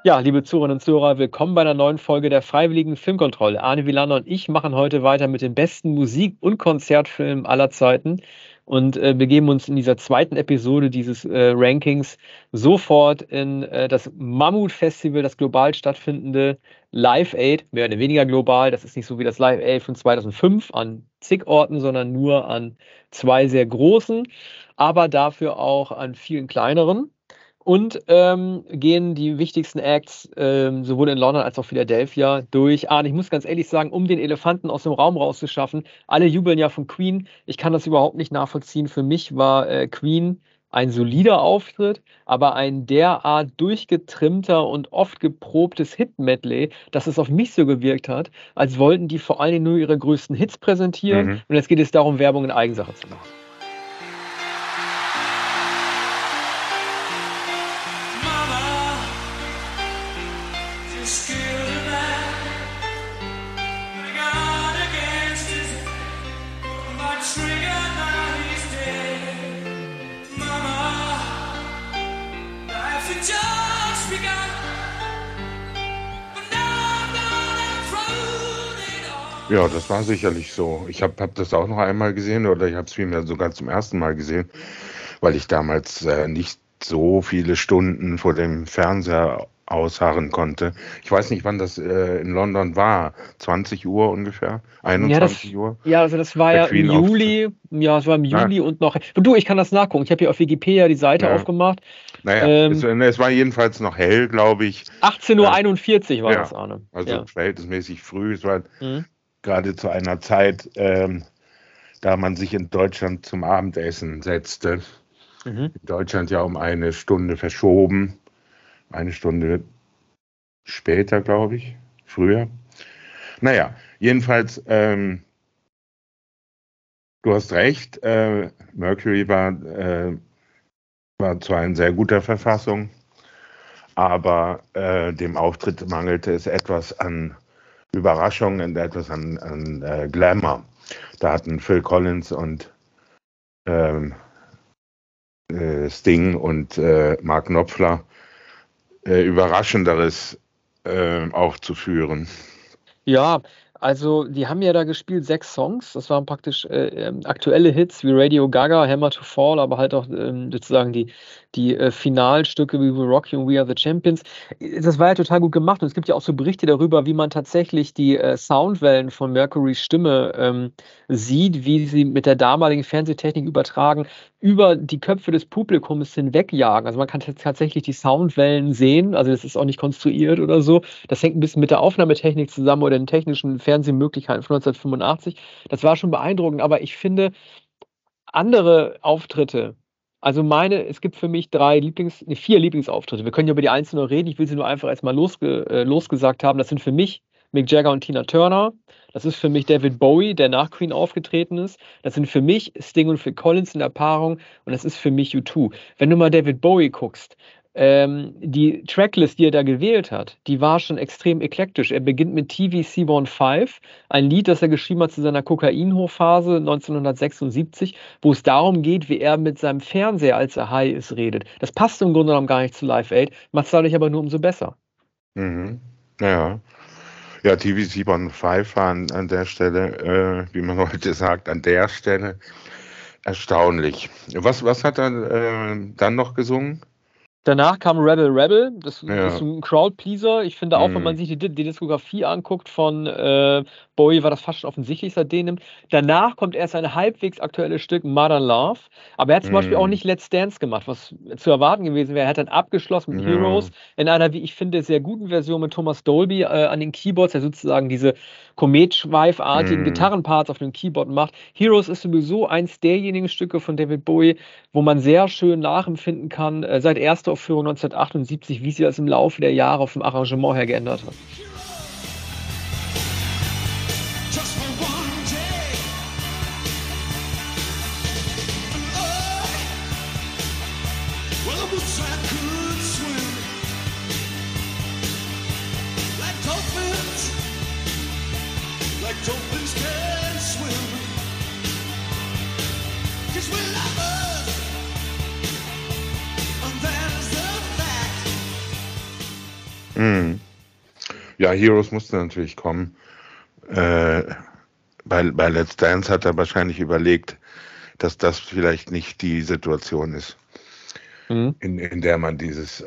Ja, liebe Zuhörerinnen und Zuhörer, willkommen bei einer neuen Folge der Freiwilligen Filmkontrolle. Arne Wielander und ich machen heute weiter mit den besten Musik- und Konzertfilmen aller Zeiten und begeben uns in dieser zweiten Episode dieses Rankings sofort in das Mammut-Festival, das global stattfindende Live Aid, mehr oder weniger global. Das ist nicht so wie das Live Aid von 2005 an zig Orten, sondern nur an zwei sehr großen, aber dafür auch an vielen kleineren. Und gehen die wichtigsten Acts sowohl in London als auch Philadelphia durch. Ah, und ich muss ganz ehrlich sagen, um den Elefanten aus dem Raum rauszuschaffen, alle jubeln ja von Queen. Ich kann das überhaupt nicht nachvollziehen. Für mich war Queen ein solider Auftritt, aber ein derart durchgetrimmter und oft geprobtes Hit-Medley, dass es auf mich so gewirkt hat, als wollten die vor allen Dingen nur ihre größten Hits präsentieren. Mhm. Und jetzt geht es darum, Werbung in Eigensache zu machen. Ja, das war sicherlich so. Ich hab das auch noch einmal gesehen oder ich habe es vielmehr sogar zum ersten Mal gesehen, weil ich damals nicht so viele Stunden vor dem Fernseher ausharren konnte. Ich weiß nicht, wann das in London war. 20 Uhr ungefähr? 21 Uhr? Also das war Der ja im Queen Juli. Ja, es war im Juli und noch. Du, ich kann das nachgucken. Ich habe hier auf Wikipedia die Seite aufgemacht. Naja, es war jedenfalls noch hell, glaube ich. 18:41 Uhr war das, Ja, Arne. also verhältnismäßig früh. Es war gerade zu einer Zeit, da man sich in Deutschland zum Abendessen setzte. In Deutschland ja um eine Stunde verschoben. Eine Stunde später, glaube ich. Früher. Naja, jedenfalls, du hast recht. Mercury war zwar in sehr guter Verfassung, aber dem Auftritt mangelte es etwas an Überraschung und etwas an Glamour. Da hatten Phil Collins und Sting und Mark Knopfler Überraschenderes aufzuführen. Ja, also die haben ja da gespielt 6 Songs. Das waren praktisch aktuelle Hits wie Radio Gaga, Hammer to Fall, aber halt auch sozusagen die Finalstücke wie We Rock You and We Are the Champions. Das war ja total gut gemacht und es gibt ja auch so Berichte darüber, wie man tatsächlich die Soundwellen von Mercurys Stimme sieht, wie sie mit der damaligen Fernsehtechnik übertragen, über die Köpfe des Publikums hinwegjagen. Also man kann tatsächlich die Soundwellen sehen, also das ist auch nicht konstruiert oder so. Das hängt ein bisschen mit der Aufnahmetechnik zusammen oder den technischen Fernsehmöglichkeiten von 1985. Das war schon beeindruckend, aber ich finde andere Auftritte, also es gibt für mich 4 Lieblingsauftritte. Wir können ja über die einzelnen reden. Ich will sie nur einfach erstmal losgesagt haben. Das sind für mich Mick Jagger und Tina Turner. Das ist für mich David Bowie, der nach Queen aufgetreten ist. Das sind für mich Sting und Phil Collins in der Paarung. Und das ist für mich U2. Wenn du mal David Bowie guckst, die Tracklist, die er da gewählt hat, die war schon extrem eklektisch. Er beginnt mit TVC15, ein Lied, das er geschrieben hat zu seiner Kokainhochphase 1976, wo es darum geht, wie er mit seinem Fernseher, als er high ist, redet. Das passt im Grunde genommen gar nicht zu Live Aid, macht es dadurch aber nur umso besser. Ja, TVC15 war an der Stelle, wie man heute sagt, an der Stelle erstaunlich. Was hat er dann noch gesungen? Danach kam Rebel Rebel, das ist ein Crowdpleaser. Ich finde auch, wenn man sich die Diskografie anguckt von Bowie, war das fast schon offensichtlich, seitdem nimmt. Danach kommt erst ein halbwegs aktuelles Stück, Modern Love. Aber er hat zum Beispiel auch nicht Let's Dance gemacht, was zu erwarten gewesen wäre. Er hat dann abgeschlossen mit Heroes in einer, wie ich finde, sehr guten Version mit Thomas Dolby an den Keyboards, der sozusagen diese kometschweifartigen Gitarrenparts auf dem Keyboard macht. Heroes ist sowieso eins derjenigen Stücke von David Bowie, wo man sehr schön nachempfinden kann, seit erster Aufführung 1978, wie sich das im Laufe der Jahre vom Arrangement her geändert hat. Mhm. Ja, Heroes musste natürlich kommen. Bei Let's Dance hat er wahrscheinlich überlegt, dass das vielleicht nicht die Situation ist, in der man dieses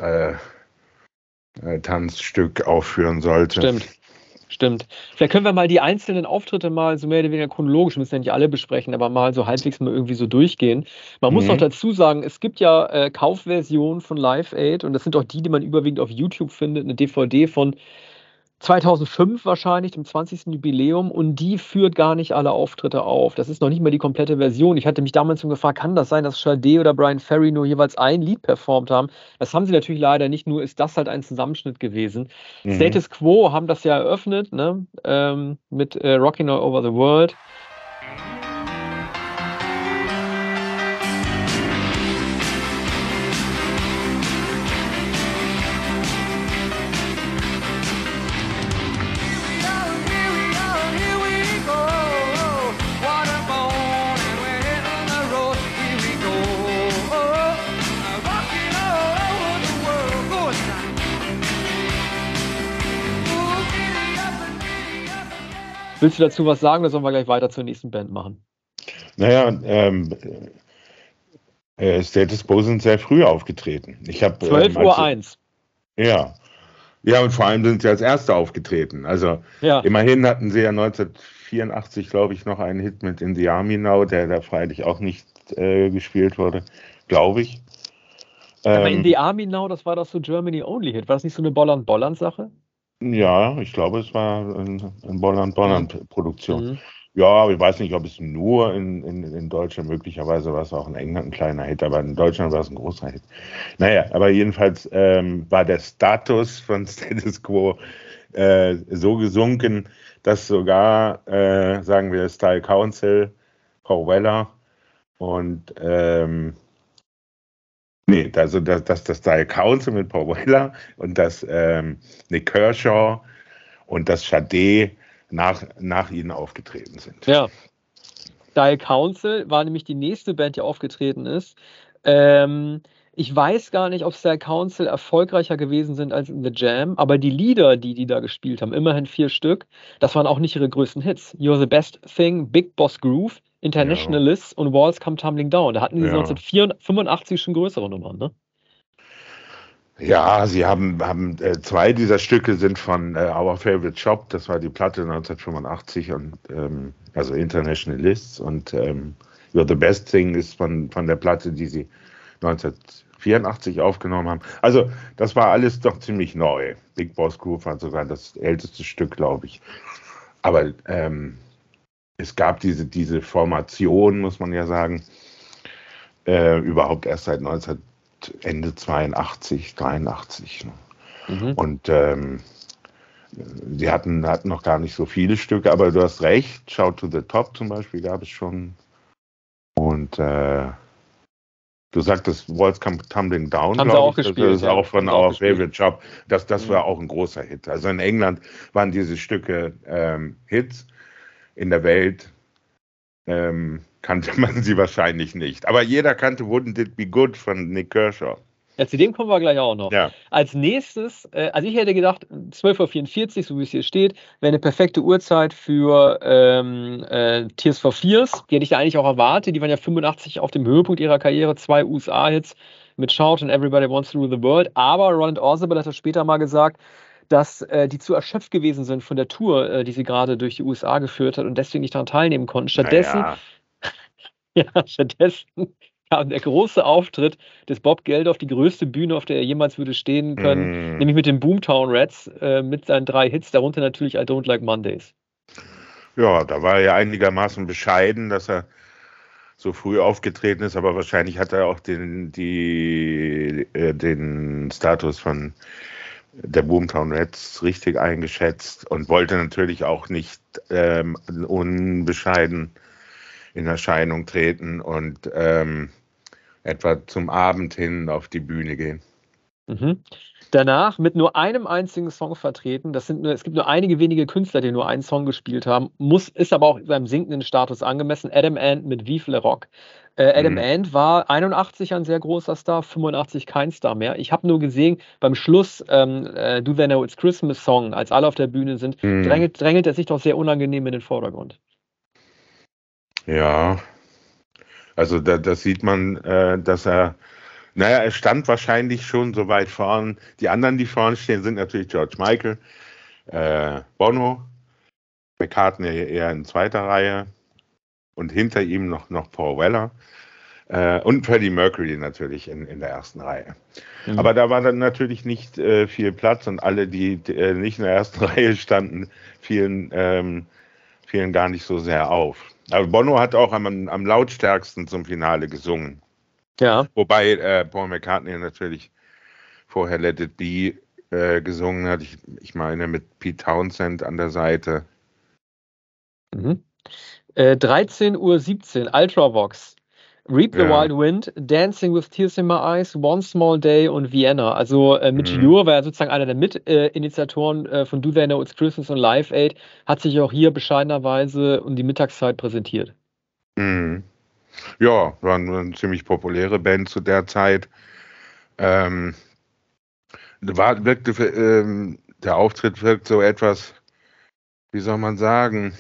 Tanzstück aufführen sollte. Stimmt. Vielleicht können wir mal die einzelnen Auftritte mal so mehr oder weniger chronologisch, müssen ja nicht alle besprechen, aber mal so halbwegs mal irgendwie so durchgehen. Man muss noch dazu sagen, es gibt ja Kaufversionen von Live Aid und das sind auch die man überwiegend auf YouTube findet, eine DVD von 2005 wahrscheinlich, dem 20. Jubiläum, und die führt gar nicht alle Auftritte auf. Das ist noch nicht mal die komplette Version. Ich hatte mich damals schon gefragt, kann das sein, dass Sade oder Brian Ferry nur jeweils ein Lied performt haben? Das haben sie natürlich leider nicht, nur ist das halt ein Zusammenschnitt gewesen. Status Quo haben das ja eröffnet, ne? Mit Rockin' All Over the World. Willst du dazu was sagen, oder sollen wir gleich weiter zur nächsten Band machen? Naja, Status Quo sind sehr früh aufgetreten. 12:01 Uhr. Ja, und vor allem sind sie als Erste aufgetreten. Also immerhin hatten sie ja 1984, glaube ich, noch einen Hit mit In the Army Now, der da freilich auch nicht gespielt wurde, glaube ich. Aber In the Army Now, das war doch so Germany Only Hit. War das nicht so eine Bolland-Bolland-Sache? Ja, ich glaube, es war eine Bolland-Bolland-Produktion. Ja, aber ich weiß nicht, ob es nur in Deutschland, möglicherweise war es auch in England ein kleiner Hit, aber in Deutschland war es ein großer Hit. Naja, aber jedenfalls war der Status von Status Quo so gesunken, dass sogar, sagen wir, Style Council, Paul Weller und also das Style Council mit Paul Weller und das Nick Kershaw und das Sade nach ihnen aufgetreten sind. Ja. Style Council war nämlich die nächste Band, die aufgetreten ist. Ich weiß gar nicht, ob Style Council erfolgreicher gewesen sind als in The Jam, aber die Lieder, die da gespielt haben, immerhin 4 Stück, das waren auch nicht ihre größten Hits. You're the Best Thing, Big Boss Groove, Internationalists und Walls Come Tumbling Down. Da hatten sie 1985 schon größere Nummern, ne? Ja, sie haben 2 dieser Stücke sind von Our Favorite Shop, das war die Platte 1985 und also Internationalists und You're the Best Thing ist von der Platte, die sie 1984 aufgenommen haben. Also das war alles doch ziemlich neu. Big Boss Groove war sogar das älteste Stück, glaube ich. Aber es gab diese Formation, muss man ja sagen, überhaupt erst seit Ende 82, 83. Und die hatten noch gar nicht so viele Stücke, aber du hast recht, Shout to the Top zum Beispiel gab es schon. Und du sagtest Walls Come Tumbling Down, haben sie auch gespielt. Das ist auch von Our Favorite Shop. Das war auch ein großer Hit. Also in England waren diese Stücke Hits. In der Welt kannte man sie wahrscheinlich nicht. Aber jeder kannte Wouldn't It Be Good von Nick Kershaw. Ja, zu dem kommen wir gleich auch noch. Ja. Als nächstes, also ich hätte gedacht, 12:44 Uhr, so wie es hier steht, wäre eine perfekte Uhrzeit für Tears for Fears. Die hätte ich ja eigentlich auch erwartet. Die waren ja 85 auf dem Höhepunkt ihrer Karriere, 2 USA-Hits mit Shout and Everybody Wants to Rule the World. Aber Roland Orzabal hat das später mal gesagt, dass die zu erschöpft gewesen sind von der Tour, die sie gerade durch die USA geführt hat und deswegen nicht daran teilnehmen konnten. Stattdessen kam der große Auftritt des Bob Geldof, die größte Bühne, auf der er jemals würde stehen können, nämlich mit den Boomtown Rats, mit seinen 3 Hits, darunter natürlich I Don't Like Mondays. Ja, da war er ja einigermaßen bescheiden, dass er so früh aufgetreten ist, aber wahrscheinlich hat er auch den Status von der Boomtown Rats richtig eingeschätzt und wollte natürlich auch nicht unbescheiden in Erscheinung treten und etwa zum Abend hin auf die Bühne gehen. Mhm. Danach mit nur einem einzigen Song vertreten. Es gibt nur einige wenige Künstler, die nur einen Song gespielt haben. Ist aber auch seinem sinkenden Status angemessen. Adam Ant mit Vive le Rock. Adam Ant war 81 ein sehr großer Star, 85 kein Star mehr. Ich habe nur gesehen, beim Schluss Do They Know It's Christmas Song, als alle auf der Bühne sind, drängelt er sich doch sehr unangenehm in den Vordergrund. Ja, also das sieht man, dass er stand wahrscheinlich schon so weit vorn. Die anderen, die vorn stehen, sind natürlich George Michael, Bono, McCartney eher in zweiter Reihe und hinter ihm noch Paul Weller und Freddie Mercury natürlich in der ersten Reihe. Mhm. Aber da war dann natürlich nicht viel Platz und alle, die nicht in der ersten Reihe standen, fielen gar nicht so sehr auf. Aber Bono hat auch am lautstärksten zum Finale gesungen. Ja. Wobei Paul McCartney natürlich vorher Let It Be gesungen hat. Ich meine mit Pete Townsend an der Seite. 13:17 Uhr, Ultravox. Reap the Wild Wind, Dancing with Tears in My Eyes, One Small Day und Vienna. Also mit Jur war er sozusagen einer der Mitinitiatoren von Do They Know It's Christmas und Live Aid, hat sich auch hier bescheidenerweise um die Mittagszeit präsentiert. Mhm. Ja, war eine ziemlich populäre Band zu der Zeit. Der Auftritt wirkt so etwas, wie soll man sagen,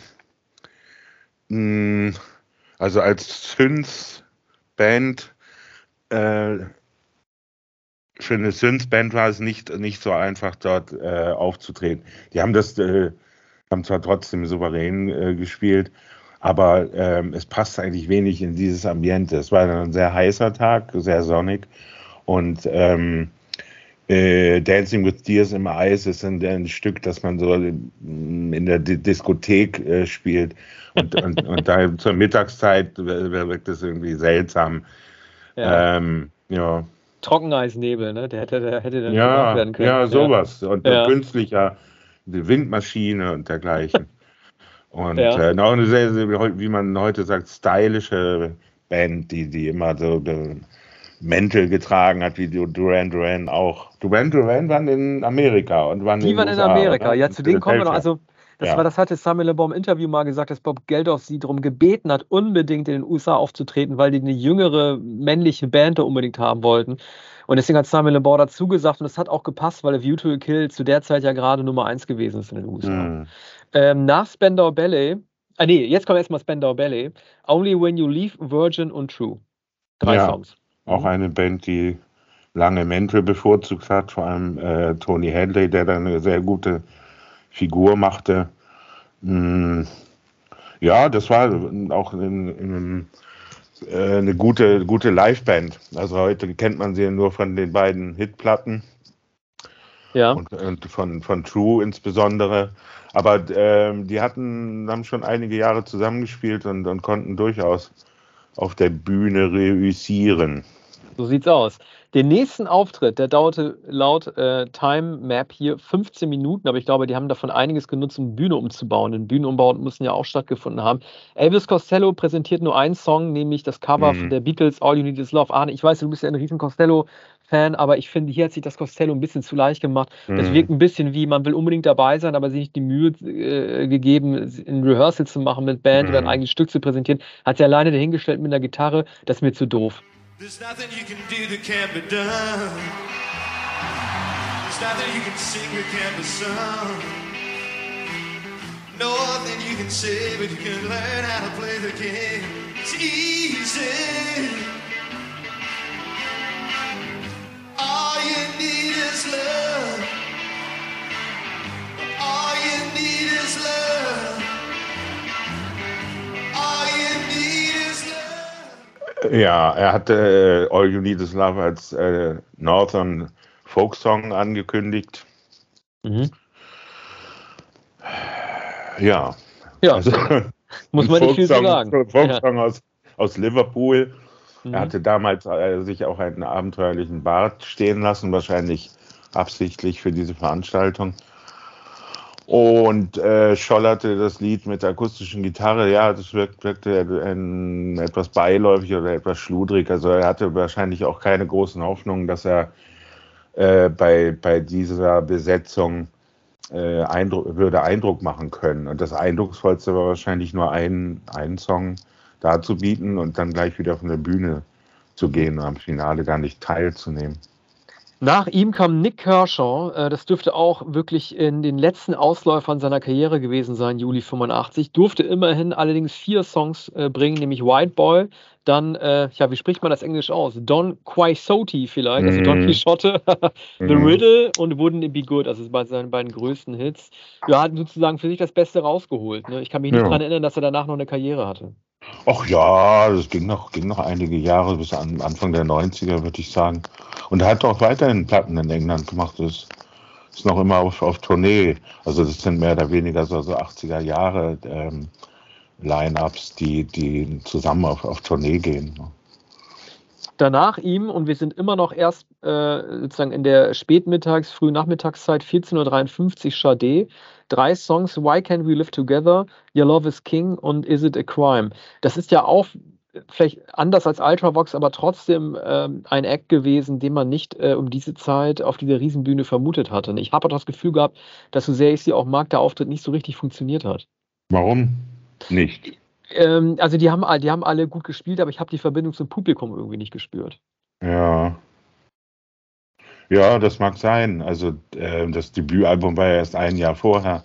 also als Synth-Band, für eine Synth-Band war es nicht so einfach, dort aufzutreten. Die haben haben zwar trotzdem souverän gespielt, aber es passt eigentlich wenig in dieses Ambiente. Es war ein sehr heißer Tag, sehr sonnig und Dancing with Tears in My Eyes ist ein Stück, das man so in der Diskothek spielt und da zur Mittagszeit wirkt es irgendwie seltsam. Ja. Trockeneisnebel, ne? Der hätte dann gemacht werden können. Ja, sowas. Und künstlicher, die Windmaschine und dergleichen. Und noch eine sehr, sehr, wie man heute sagt, stylische Band, die immer so Mäntel getragen hat, wie Duran Duran auch. Duran Duran waren in Amerika und waren die waren in Amerika, oder? Ja, zu denen kommen wir noch. Also das hatte Samuel Le Bon im Interview mal gesagt, dass Bob Geldof sie darum gebeten hat, unbedingt in den USA aufzutreten, weil die eine jüngere männliche Band da unbedingt haben wollten. Und deswegen hat Samuel Le Bon dazu gesagt, und das hat auch gepasst, weil A View to a Kill zu der Zeit ja gerade Nummer 1 gewesen ist in den USA. Nach Spandau Ballet, jetzt kommt erstmal Spandau Ballet, Only When You Leave, Virgin und True. 3 Songs. Auch eine Band, die lange Mäntel bevorzugt hat, vor allem Tony Hadley, der da eine sehr gute Figur machte. Ja, das war auch eine gute Liveband. Also heute kennt man sie nur von den beiden Hitplatten. Ja. Und von True insbesondere. Aber die haben schon einige Jahre zusammengespielt und konnten durchaus auf der Bühne reüssieren. So sieht's aus. Den nächsten Auftritt, der dauerte laut Time Map hier 15 Minuten, aber ich glaube, die haben davon einiges genutzt, um Bühne umzubauen. Denn Bühnenumbauten müssen ja auch stattgefunden haben. Elvis Costello präsentiert nur einen Song, nämlich das Cover von der Beatles All You Need Is Love. Arne, ich weiß, du bist ja ein riesen Costello-Fan, aber ich finde, hier hat sich das Costello ein bisschen zu leicht gemacht. Das wirkt ein bisschen wie, man will unbedingt dabei sein, aber sich nicht die Mühe gegeben, ein Rehearsal zu machen mit Band oder ein eigenes Stück zu präsentieren. Hat sie alleine dahingestellt mit einer Gitarre, das ist mir zu doof. There's nothing you can do that can't be done. There's nothing you can sing that can't be sung. Nothing you can say, but you can learn how to play the game. It's easy. All you need is love. All you need is love. All you need is love. Ja, er hatte All You Need Is Love als Northern Folk Song angekündigt. Ja. Also, muss man nicht viel zu sagen. Folksong aus Liverpool. Er hatte damals sich auch einen abenteuerlichen Bart stehen lassen, wahrscheinlich absichtlich für diese Veranstaltung. Und schollerte das Lied mit der akustischen Gitarre. Ja, das wirkte etwas beiläufig oder etwas schludrig. Also er hatte wahrscheinlich auch keine großen Hoffnungen, dass er bei dieser Besetzung würde Eindruck machen können. Und das Eindrucksvollste war wahrscheinlich nur einen Song darzubieten und dann gleich wieder von der Bühne zu gehen und am Finale gar nicht teilzunehmen. Nach ihm kam Nik Kershaw, das dürfte auch wirklich in den letzten Ausläufern seiner Karriere gewesen sein, Juli 85, durfte immerhin allerdings 4 Songs bringen, nämlich White Boy, dann, wie spricht man das Englisch aus? Don Quixote vielleicht, also Don Quixote, The Riddle und Wouldn't It Be Good, also bei seinen beiden größten Hits. Ja, hat sozusagen für sich das Beste rausgeholt. Ne? Ich kann mich nicht daran erinnern, dass er danach noch eine Karriere hatte. Ach ja, das ging noch einige Jahre, bis Anfang der 90er, würde ich sagen. Und er hat auch weiterhin Platten in England gemacht. Das ist noch immer auf Tournee. Also das sind mehr oder weniger so 80er Jahre Line-Ups, die zusammen auf Tournee gehen. Danach ihm, und wir sind immer noch erst sozusagen in der Spätmittags-, Frühnachmittagszeit, 14:53 Uhr, Sade. 3 Songs, Why Can't We Live Together, Your Love is King und Is It a Crime. Das ist ja auch vielleicht anders als Ultravox, aber trotzdem ein Act gewesen, den man nicht um diese Zeit auf dieser Riesenbühne vermutet hatte. Und ich habe auch das Gefühl gehabt, dass, so sehr ich sie auch mag, der Auftritt nicht so richtig funktioniert hat. Warum nicht? Also die haben alle gut gespielt, aber ich habe die Verbindung zum Publikum irgendwie nicht gespürt. Ja. Ja, das mag sein. Also das Debütalbum war ja erst ein Jahr vorher.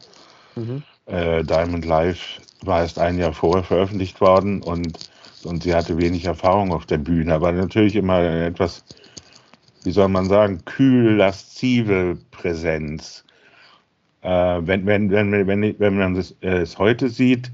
Diamond Live war erst ein Jahr vorher veröffentlicht worden und sie hatte wenig Erfahrung auf der Bühne, aber natürlich immer etwas, wie soll man sagen, kühl laszive Präsenz. Wenn man es heute sieht,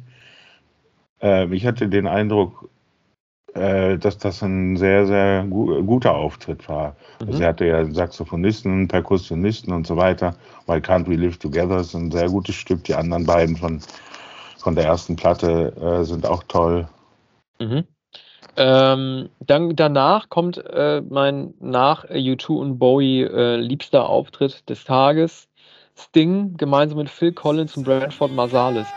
ich hatte den Eindruck, dass das ein sehr, sehr guter Auftritt war. Also sie hatte ja einen Saxophonisten, Perkussionisten und so weiter. Why Can't We Live Together ist ein sehr gutes Stück. Die anderen beiden von der ersten Platte sind auch toll. Dann danach kommt mein nach U2 und Bowie liebster Auftritt des Tages. Sting gemeinsam mit Phil Collins und Branford Marsalis.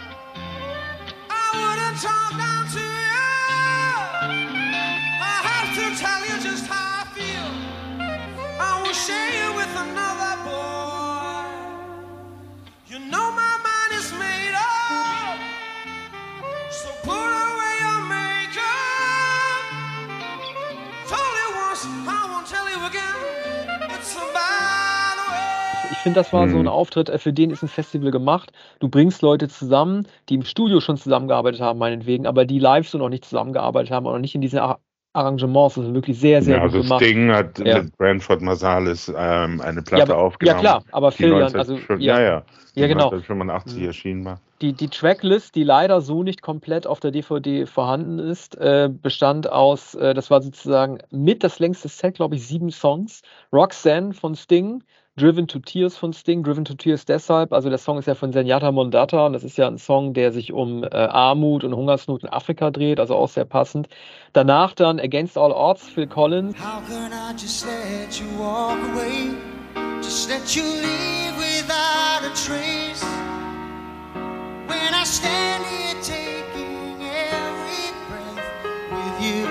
Ich finde, das war so ein Auftritt, für den ist ein Festival gemacht. Du bringst Leute zusammen, die im Studio schon zusammengearbeitet haben, meinetwegen, aber die live so noch nicht zusammengearbeitet haben und noch nicht in diesen Arrangements. Das ist wirklich sehr, sehr gut gemacht. Sting hat mit Branford Marsalis eine Platte aufgenommen. Ja, klar, aber Phil, also genau. 1985 erschienen war. Die Tracklist, die leider so nicht komplett auf der DVD vorhanden ist, bestand aus, das war sozusagen mit das längste Set, glaube ich, 7 Songs. Roxanne von Sting, Driven to Tears von Sting, Driven to Tears deshalb, also der Song ist ja von Zenyatta Mondatta und das ist ja ein Song, der sich um Armut und Hungersnot in Afrika dreht, also auch sehr passend. Danach dann Against All Odds, Phil Collins. How can I just let you walk away? Just let you leave without a trace. When I stand here taking every breath with you.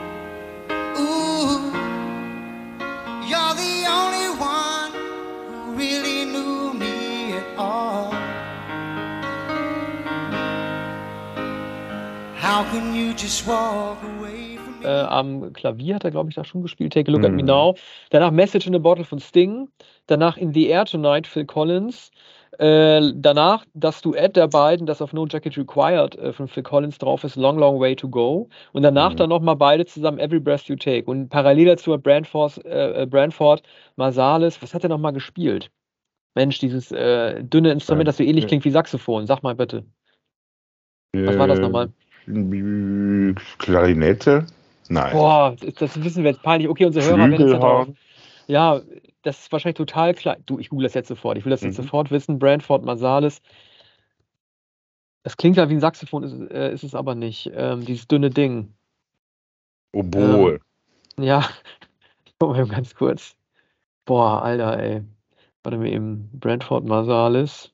Ooh, you're the only one who really knew me at all. How can you just walk away from me? Am Klavier hat er, glaube ich, da schon gespielt. Take a Look at Me Now. Danach Message in a Bottle von Sting. Danach In the Air Tonight, Phil Collins. Danach das Duett der beiden, das auf No Jacket Required von Phil Collins drauf ist, Long, Long Way to Go. Und danach dann nochmal beide zusammen Every Breath You Take. Und parallel dazu hat Branford Marsalis, was hat er nochmal gespielt? Mensch, dieses dünne Instrument, das so ähnlich klingt wie Saxophon. Sag mal bitte. Was war das nochmal? Klarinette? Nein. Boah, das wissen wir jetzt peinlich. Okay, unsere Hörer werden es ja drauf. Ja, das ist wahrscheinlich total klar. Du, ich google das jetzt sofort. Ich will das jetzt sofort wissen. Branford Marsalis. Das klingt ja wie ein Saxophon, ist es aber nicht. Dieses dünne Ding. Oboe. Ja, mal ganz kurz. Boah, Alter, ey. Warte mal eben. Branford Marsalis.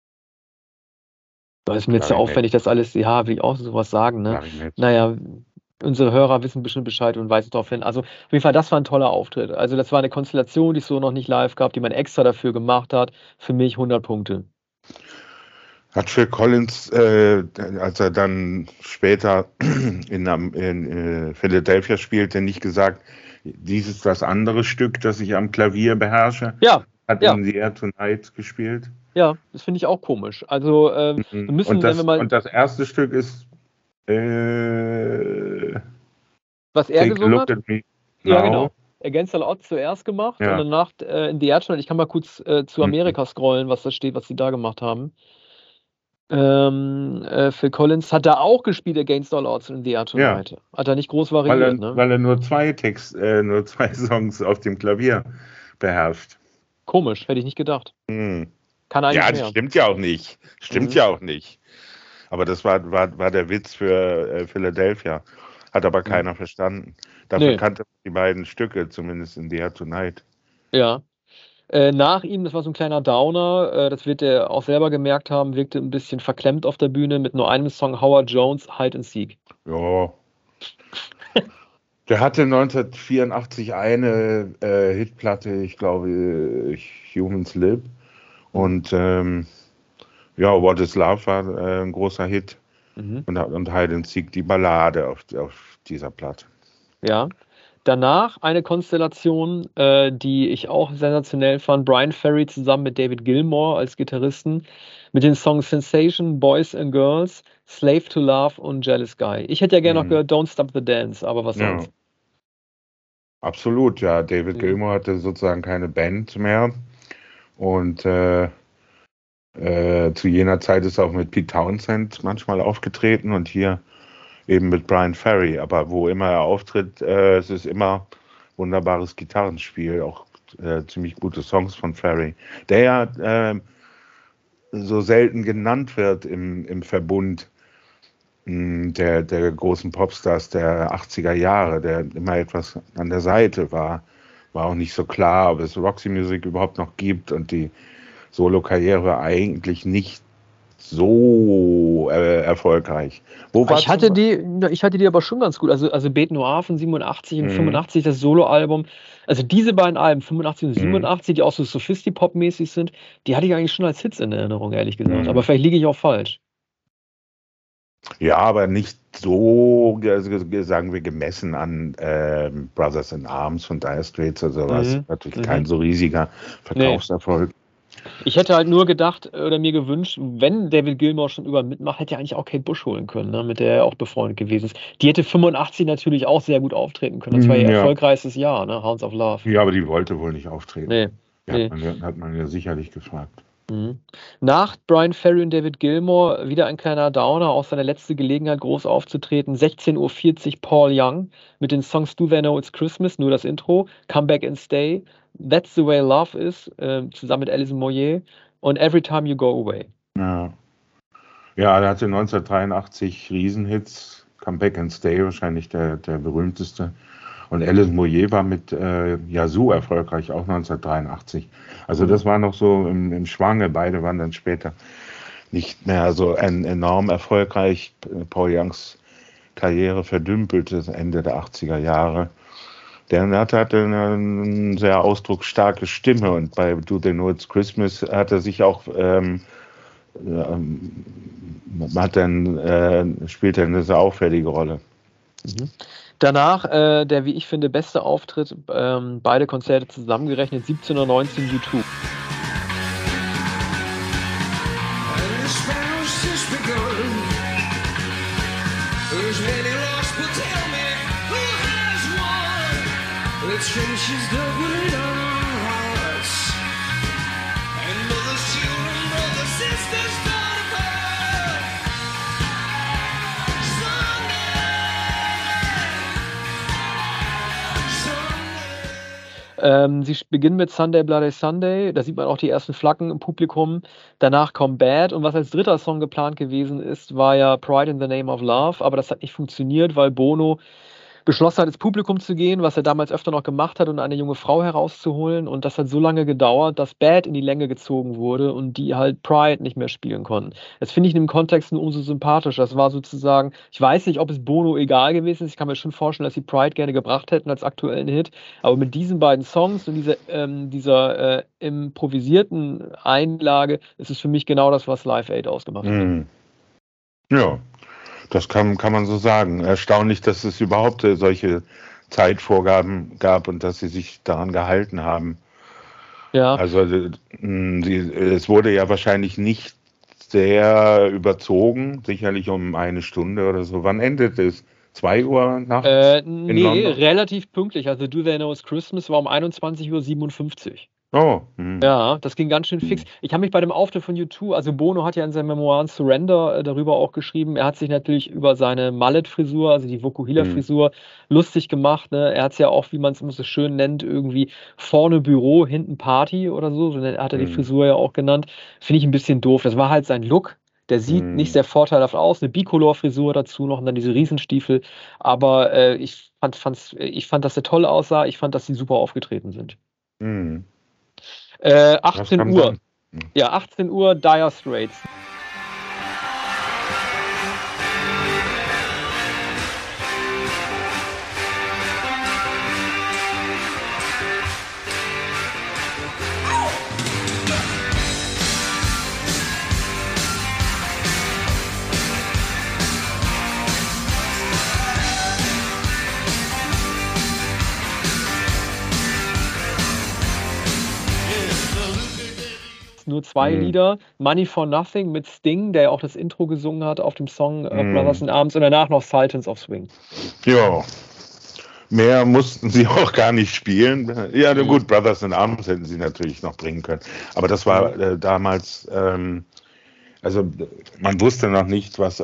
Das ist mir jetzt ja aufwendig, das alles, ja, will ich auch sowas sagen, ne? Naja, Unsere Hörer wissen bestimmt Bescheid und weisen darauf hin. Also auf jeden Fall, das war ein toller Auftritt. Also das war eine Konstellation, die es so noch nicht live gab, die man extra dafür gemacht hat. Für mich 100 Punkte. Hat Phil Collins, als er dann später in Philadelphia spielte, nicht gesagt, dies ist das andere Stück, das ich am Klavier beherrsche? Ja. Hat in The Air Tonight gespielt? Ja, das finde ich auch komisch. Also wir müssen, und das, wenn wir mal... Und das erste Stück ist was er gesungen hat? Ja, genau. Against All Odds zuerst gemacht und danach in The Air Tonight. Ich kann mal kurz zu Amerika scrollen, was da steht, was sie da gemacht haben. Phil Collins hat da auch gespielt Against All Odds in The Air Tonight. Hat er nicht groß variiert, weil er nur zwei Songs auf dem Klavier beherrscht. Komisch, hätte ich nicht gedacht. Kann eigentlich ja, das stimmt ja auch nicht. Ja auch nicht. Aber das war der Witz für Philadelphia. Hat aber keiner verstanden. Dafür kannte man die beiden Stücke, zumindest in The Air Tonight. Ja. Nach ihm, das war so ein kleiner Downer, das wird er auch selber gemerkt haben, wirkte ein bisschen verklemmt auf der Bühne mit nur einem Song, Howard Jones, Hide and Seek. Ja. Der hatte 1984 eine Hitplatte, ich glaube, Human Slip. Und What is Love war ein großer Hit. Und Hide and Seek, die Ballade auf dieser Platte. Ja. Danach eine Konstellation, die ich auch sensationell fand. Bryan Ferry zusammen mit David Gilmour als Gitarristen mit den Songs Sensation, Boys and Girls, Slave to Love und Jealous Guy. Ich hätte ja gerne noch gehört Don't Stop the Dance, aber was sonst? Absolut, ja. David Gilmour hatte sozusagen keine Band mehr und zu jener Zeit ist er auch mit Pete Townsend manchmal aufgetreten und hier eben mit Bryan Ferry, aber wo immer er auftritt, es ist immer wunderbares Gitarrenspiel, auch ziemlich gute Songs von Ferry, der ja so selten genannt wird im Verbund der großen Popstars der 80er Jahre, der immer etwas an der Seite war auch nicht so klar, ob es Roxy Music überhaupt noch gibt und die Solo-Karriere eigentlich nicht so erfolgreich. Ich hatte die aber schon ganz gut. Also Bete Noir von 87 und 85, das Soloalbum. Also diese beiden Alben, 85 und 87, die auch so Sophisti-Pop-mäßig sind, die hatte ich eigentlich schon als Hits in Erinnerung, ehrlich gesagt. Aber vielleicht liege ich auch falsch. Ja, aber nicht so, sagen wir, gemessen an Brothers in Arms von Dire Straits oder sowas. Natürlich kein so riesiger Verkaufserfolg. Ich hätte halt nur gedacht oder mir gewünscht, wenn David Gilmour schon überall mitmacht, hätte er eigentlich auch Kate Bush holen können, ne, mit der er auch befreundet gewesen ist. Die hätte 85 natürlich auch sehr gut auftreten können. Das war ihr erfolgreichstes Jahr, ne? Hounds of Love. Ja, aber die wollte wohl nicht auftreten. Nee. Hat man ja sicherlich gefragt. Nach Bryan Ferry und David Gilmour wieder ein kleiner Downer, auch seine letzte Gelegenheit, groß aufzutreten. 16:40 Uhr Paul Young mit den Songs Do They Know It's Christmas, nur das Intro, Come Back and Stay, That's the Way Love Is, zusammen mit Alison Moyet und Every Time You Go Away. Ja, er hatte 1983 Riesenhits, Come Back and Stay wahrscheinlich der berühmteste. Und Alison Moyet war mit Yazoo erfolgreich, auch 1983. Also das war noch so im Schwange. Beide waren dann später nicht mehr so enorm erfolgreich. Paul Youngs Karriere verdümpelte Ende der 80er Jahre. Der hatte eine sehr ausdrucksstarke Stimme und bei Do They Know It's Christmas hat er sich auch spielt er eine sehr auffällige Rolle. Danach der, wie ich finde, beste Auftritt, beide Konzerte zusammengerechnet, 17 und 19 U2. Sie beginnen mit Sunday Bloody Sunday, da sieht man auch die ersten Flaggen im Publikum. Danach kommt Bad und was als dritter Song geplant gewesen ist, war ja Pride in the Name of Love, aber das hat nicht funktioniert, weil Bono beschlossen hat, ins Publikum zu gehen, was er damals öfter noch gemacht hat und eine junge Frau herauszuholen. Und das hat so lange gedauert, dass Bad in die Länge gezogen wurde und die halt Pride nicht mehr spielen konnten. Das finde ich in dem Kontext nur umso sympathischer. Das war sozusagen, ich weiß nicht, ob es Bono egal gewesen ist. Ich kann mir schon vorstellen, dass sie Pride gerne gebracht hätten als aktuellen Hit. Aber mit diesen beiden Songs und dieser improvisierten Einlage ist es für mich genau das, was Live Aid ausgemacht hat. Ja. Das kann man so sagen. Erstaunlich, dass es überhaupt solche Zeitvorgaben gab und dass sie sich daran gehalten haben. Ja. Also es wurde ja wahrscheinlich nicht sehr überzogen, sicherlich um 1 Stunde oder so. Wann endet es? 2 Uhr nachts? Nee, relativ pünktlich. Also Do They Know It's Christmas war um 21:57 Uhr. Oh. Ja, das ging ganz schön fix. Ich habe mich bei dem Auftritt von U2, also Bono hat ja in seinen Memoiren Surrender darüber auch geschrieben, er hat sich natürlich über seine Mallet-Frisur, also die Vokuhila-Frisur, lustig gemacht. Ne? Er hat es ja auch, wie man es immer so schön nennt, irgendwie vorne Büro, hinten Party oder so hat er die Frisur ja auch genannt. Finde ich ein bisschen doof. Das war halt sein Look. Der sieht nicht sehr vorteilhaft aus. Eine Bicolor-Frisur dazu noch und dann diese Riesenstiefel. Aber ich fand, dass er toll aussah. Ich fand, dass sie super aufgetreten sind. 18 Uhr. Ja, 18 Uhr, Dire Straits. Nur 2 Lieder. Money for Nothing mit Sting, der ja auch das Intro gesungen hat auf dem Song Brothers in Arms und danach noch Sultans of Swing. Ja, mehr mussten sie auch gar nicht spielen. Ja, gut, Brothers in Arms hätten sie natürlich noch bringen können. Aber das war damals, also man wusste noch nicht, was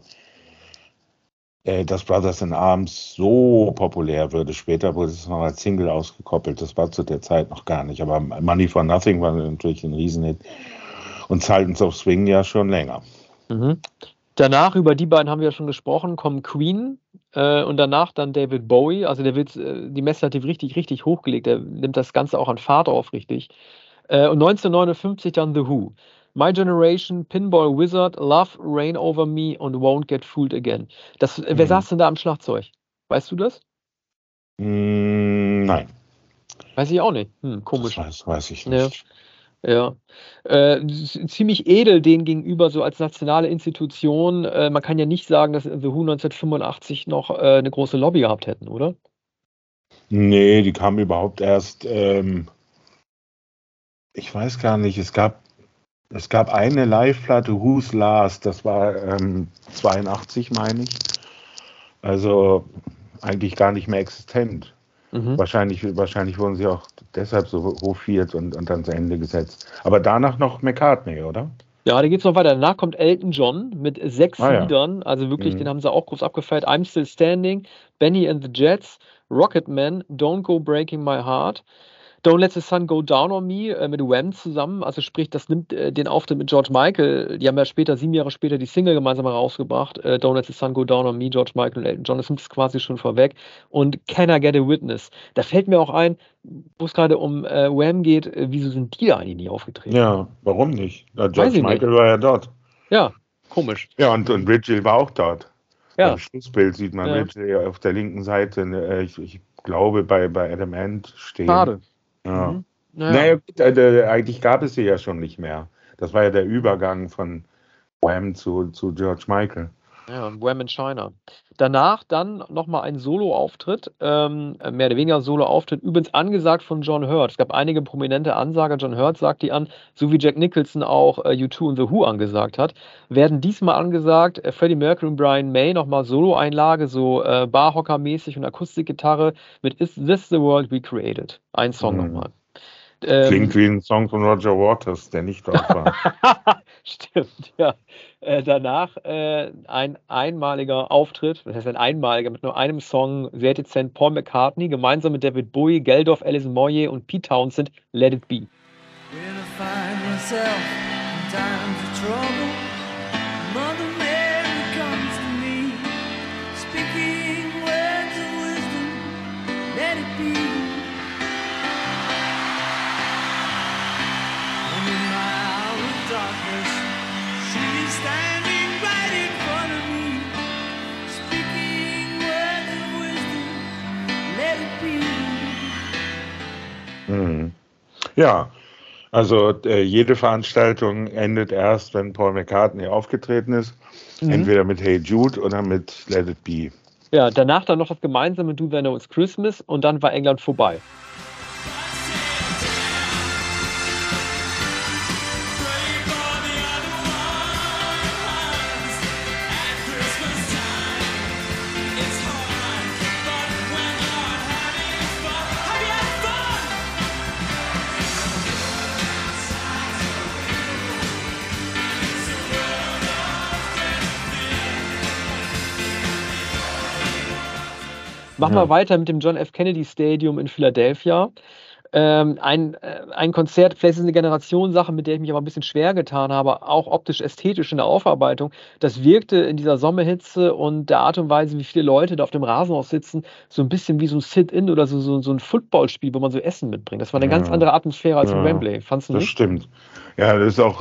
dass Brothers in Arms so populär würde. Später wurde es noch als Single ausgekoppelt. Das war zu der Zeit noch gar nicht. Aber Money for Nothing war natürlich ein Riesenhit. Und Sultans of Swing ja schon länger. Danach, über die beiden haben wir ja schon gesprochen, kommen Queen und danach dann David Bowie. Also der wird die Messlatte richtig, richtig hochgelegt. Der nimmt das Ganze auch an Fahrt auf, richtig. Und 1959 dann The Who. My Generation, Pinball Wizard, Love, Reign Over Me und Won't Get Fooled Again. Wer saß denn da am Schlagzeug? Weißt du das? Nein. Weiß ich auch nicht. Komisch. Das weiß ich nicht. Ja. Ziemlich edel denen gegenüber, so als nationale Institution. Man kann ja nicht sagen, dass The Who 1985 noch eine große Lobby gehabt hätten, oder? Nee, die kamen überhaupt erst, ich weiß gar nicht, es gab eine Live-Platte, Who's Last, das war 82, meine ich. Also eigentlich gar nicht mehr existent. Wahrscheinlich wurden sie auch deshalb so hofiert und dann zu Ende gesetzt. Aber danach noch McCartney, oder? Ja, da geht's noch weiter. Danach kommt Elton John mit 6 Liedern. Also wirklich, den haben sie auch groß abgefeiert. I'm Still Standing, Benny and the Jets, Rocketman, Don't Go Breaking My Heart, Don't Let the Sun Go Down on Me mit Wham zusammen. Also sprich, das nimmt den Auftritt mit George Michael. Die haben ja 7 Jahre später die Single gemeinsam herausgebracht. Don't Let the Sun Go Down on Me, George Michael und Elton John. Das nimmt es quasi schon vorweg. Und Can I Get a Witness? Da fällt mir auch ein, wo es gerade um Wham geht, wieso sind die da eigentlich nie aufgetreten? Ja, warum nicht? George Michael war ja dort. Ja, komisch. Ja, und Ridgely war auch dort. Ja. Im Schlussbild sieht man Ridgely auf der linken Seite, ich glaube bei Adam Ant stehen. Schade. Ja. Naja, gut, eigentlich gab es sie ja schon nicht mehr. Das war ja der Übergang von Wham zu George Michael. Ja, Wham in China. Danach dann nochmal ein Solo-Auftritt, mehr oder weniger Solo-Auftritt, übrigens angesagt von John Hurt. Es gab einige prominente Ansager. John Hurt sagt die an, so wie Jack Nicholson auch U2 und The Who angesagt hat. Werden diesmal angesagt Freddie Mercury und Brian May, nochmal Solo-Einlage, so Barhocker-mäßig und Akustikgitarre mit Is This the World We Created? Ein Song nochmal. Klingt wie ein Song von Roger Waters, der nicht dort war. Stimmt, ja. Danach ein einmaliger Auftritt, das heißt ein einmaliger mit nur einem Song, sehr dezent, Paul McCartney, gemeinsam mit David Bowie, Geldof, Alison Moyet und Pete Townsend, Let It Be. When I find myself in times of trouble, Mother Mary comes to me, speaking words of Ja, also jede Veranstaltung endet erst, wenn Paul McCartney aufgetreten ist. Entweder mit Hey Jude oder mit Let It Be. Ja, danach dann noch das gemeinsame Do They Know It's Christmas und dann war England vorbei. Machen wir weiter mit dem John F. Kennedy Stadium in Philadelphia. Ein Konzert, vielleicht ist es eine Generationssache, mit der ich mich aber ein bisschen schwer getan habe, auch optisch-ästhetisch in der Aufarbeitung. Das wirkte in dieser Sommerhitze und der Art und Weise, wie viele Leute da auf dem Rasenhaus sitzen, so ein bisschen wie so ein Sit-In oder so ein Footballspiel, wo man so Essen mitbringt. Das war eine ganz andere Atmosphäre als in Wembley. Fandst du nicht? Das stimmt. Ja,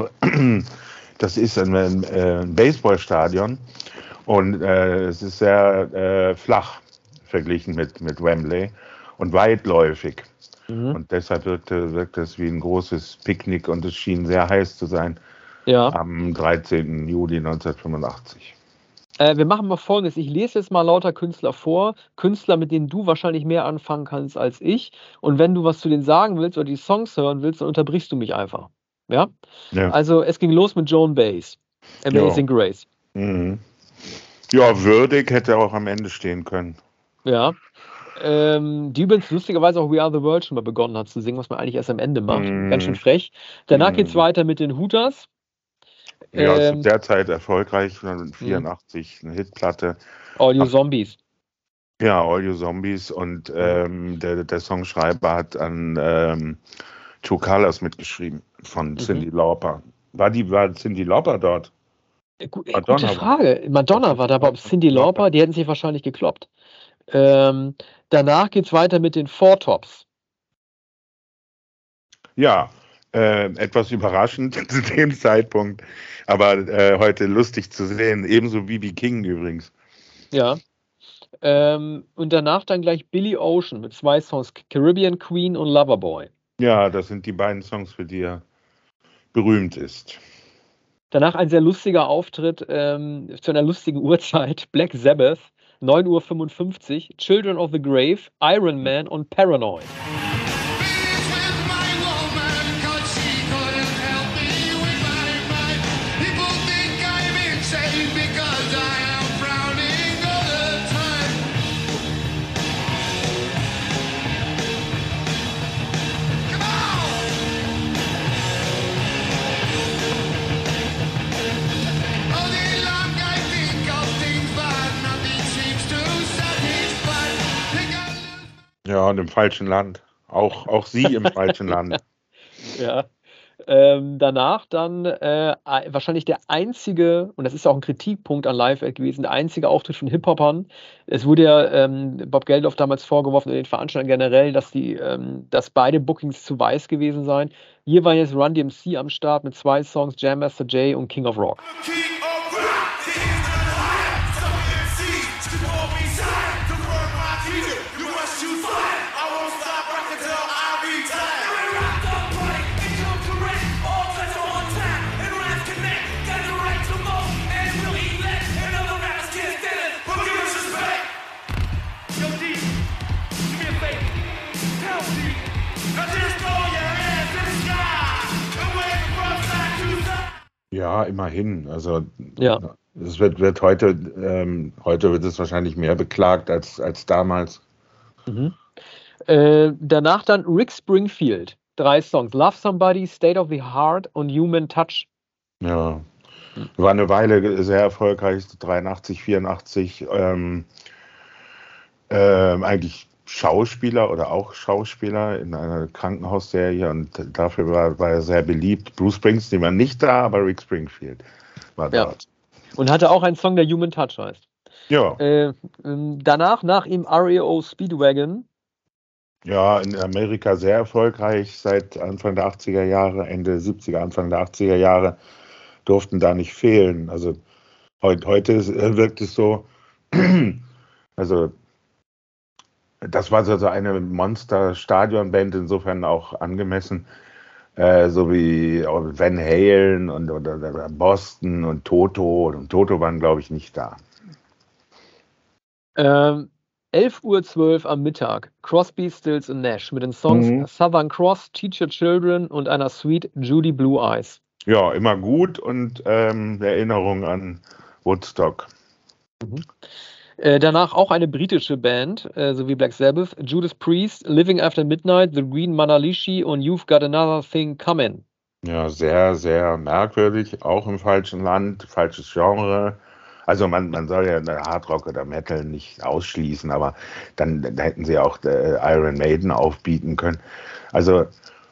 das ist ein Baseballstadion und es ist sehr flach verglichen mit Wembley und weitläufig. Und deshalb wirkt es wie ein großes Picknick und es schien sehr heiß zu sein am 13. Juli 1985. Wir machen mal Folgendes. Ich lese jetzt mal lauter Künstler vor. Künstler, mit denen du wahrscheinlich mehr anfangen kannst als ich. Und wenn du was zu denen sagen willst oder die Songs hören willst, dann unterbrichst du mich einfach. Ja? Also es ging los mit Joan Baez. Amazing Grace. Ja, würdig hätte auch am Ende stehen können. Ja. Die übrigens lustigerweise auch We Are the World schon mal begonnen hat zu singen, was man eigentlich erst am Ende macht. Ganz schön frech. Danach geht es weiter mit den Hooters. Ja, zu der Zeit erfolgreich, 1984, eine Hitplatte. All You Zombies. Ja, All You Zombies und der Songschreiber hat an Two Colors mitgeschrieben von Cyndi Lauper. War Cyndi Lauper dort? Gute Frage. Madonna war da, aber Cyndi Lauper, die hätten sich wahrscheinlich gekloppt. Danach geht es weiter mit den Four Tops. Ja, etwas überraschend zu dem Zeitpunkt, aber heute lustig zu sehen, ebenso B.B. King übrigens. Ja, und danach dann gleich Billy Ocean mit 2 Songs, Caribbean Queen und Loverboy. Ja, das sind die beiden Songs, für die er berühmt ist. Danach ein sehr lustiger Auftritt zu einer lustigen Uhrzeit, Black Sabbath, 9:55 Uhr, Children of the Grave, Iron Man und Paranoid. Ja, und im falschen Land. Auch sie im falschen Land. Ja. Danach dann wahrscheinlich der einzige, und das ist auch ein Kritikpunkt an Live Aid gewesen, der einzige Auftritt von Hip-Hopern. Es wurde ja Bob Geldof damals vorgeworfen, den Veranstaltern generell, dass beide Bookings zu weiß gewesen seien. Hier war jetzt Run DMC am Start mit 2 Songs, Jam Master Jay und King of Rock. Ja, immerhin. Also es wird heute wird es wahrscheinlich mehr beklagt als damals. Danach dann Rick Springfield, 3 Songs, Love Somebody, State of the Heart und Human Touch. Ja, war eine Weile sehr erfolgreich, 83, 84, eigentlich Schauspieler oder auch Schauspieler in einer Krankenhausserie und dafür war er sehr beliebt. Bruce Springsteen war nicht da, aber Rick Springfield war dort. Und hatte auch einen Song, der Human Touch heißt. Ja. Danach, nach ihm REO Speedwagon. Ja, in Amerika sehr erfolgreich seit Anfang der 80er Jahre, Ende 70er, Anfang der 80er Jahre durften da nicht fehlen. Also heute wirkt es so, also Das war so eine Monster-Stadion-Band, insofern auch angemessen. So wie Van Halen oder Boston und Toto. Und Toto waren, glaube ich, nicht da. 11:12 Uhr am Mittag. Crosby, Stills und Nash mit den Songs Southern Cross, Teach Your Children und einer Suite Judy Blue Eyes. Ja, immer gut und Erinnerung an Woodstock. Danach auch eine britische Band, so wie Black Sabbath, Judas Priest, Living After Midnight, The Green Manalishi und You've Got Another Thing Coming. Ja, sehr, sehr merkwürdig, auch im falschen Land, falsches Genre. Also man soll ja Hardrock oder Metal nicht ausschließen, aber dann hätten sie auch Iron Maiden aufbieten können. Also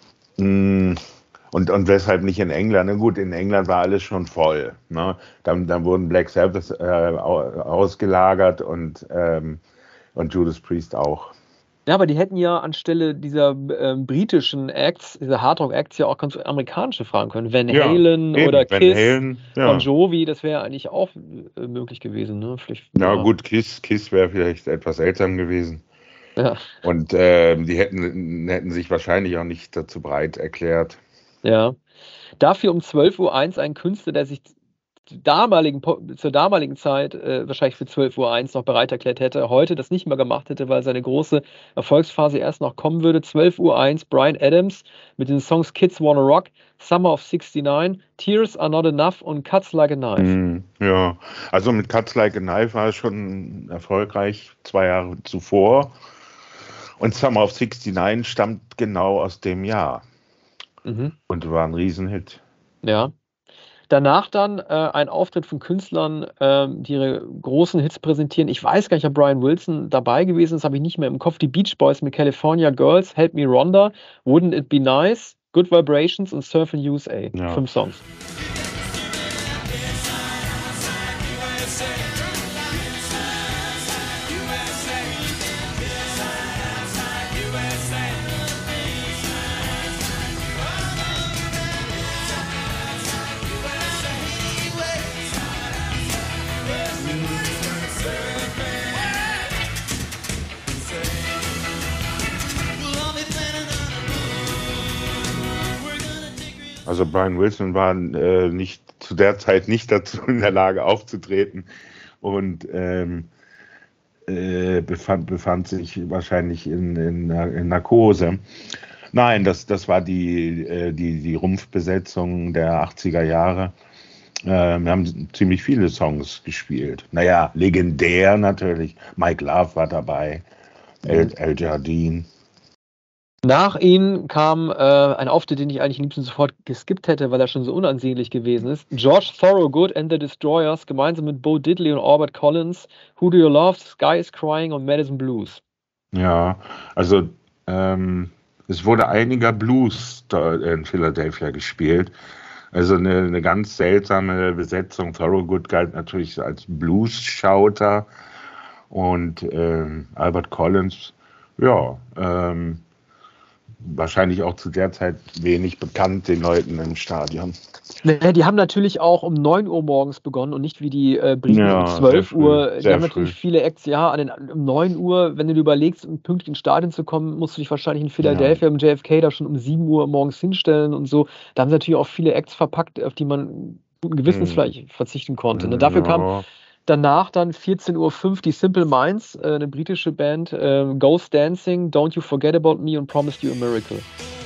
und weshalb nicht in England? Na gut, in England war alles schon voll. Ne? Dann wurden Black Sabbath ausgelagert und Judas Priest auch. Ja, aber die hätten ja anstelle dieser britischen Acts, dieser Hardrock-Acts ja auch ganz amerikanische fragen können. Van Halen oder Kiss, Bon Jovi, das wäre eigentlich auch möglich gewesen. Ne? Gut, Kiss wäre vielleicht etwas seltsam gewesen. Ja. Und die hätten sich wahrscheinlich auch nicht dazu bereit erklärt. Ja. Dafür um 12:01 Uhr ein Künstler, der sich zur damaligen Zeit wahrscheinlich für 12:01 Uhr noch bereit erklärt hätte, heute das nicht mehr gemacht hätte, weil seine große Erfolgsphase erst noch kommen würde. 12:01 Uhr Bryan Adams mit den Songs Kids Wanna Rock, Summer of '69, Tears Are Not Enough und Cuts Like a Knife. Ja, also mit Cuts Like a Knife war es schon erfolgreich 2 Jahre zuvor. Und Summer of '69 stammt genau aus dem Jahr. Und war ein Riesenhit. Ja. Danach dann ein Auftritt von Künstlern, die ihre großen Hits präsentieren. Ich weiß gar nicht, ob Brian Wilson dabei gewesen ist, habe ich nicht mehr im Kopf. Die Beach Boys mit California Girls, Help Me Rhonda, Wouldn't It Be Nice, Good Vibrations und Surfin' USA. Ja. 5 Songs. Also Brian Wilson war zu der Zeit nicht dazu in der Lage aufzutreten und befand sich wahrscheinlich in Narkose. Nein, das war die Rumpfbesetzung der 80er Jahre. Wir haben ziemlich viele Songs gespielt. Naja, legendär natürlich. Mike Love war dabei, El Jardine. Nach ihnen kam ein Auftritt, den ich eigentlich am liebsten sofort geskippt hätte, weil er schon so unansehnlich gewesen ist. George Thorogood and the Destroyers, gemeinsam mit Bo Diddley und Albert Collins, Who Do You Love, Sky is Crying und Madison Blues. Ja, also es wurde einiger Blues in Philadelphia gespielt. Also eine ganz seltsame Besetzung. Thorogood galt natürlich als Blues-Schauter und Albert Collins, ja, wahrscheinlich auch zu der Zeit wenig bekannt den Leuten im Stadion. Die haben natürlich auch um 9 Uhr morgens begonnen und nicht wie die Briten um 12 Uhr. Die haben natürlich viele Acts, um 9 Uhr, wenn du dir überlegst, um pünktlich ins Stadion zu kommen, musst du dich wahrscheinlich in Philadelphia im JFK da schon um 7 Uhr morgens hinstellen und so. Da haben sie natürlich auch viele Acts verpackt, auf die man guten Gewissens vielleicht verzichten konnte. Dafür kam danach dann 14:05 Uhr die Simple Minds, eine britische Band, Ghost Dancing, Don't You Forget About Me und Promised You a Miracle.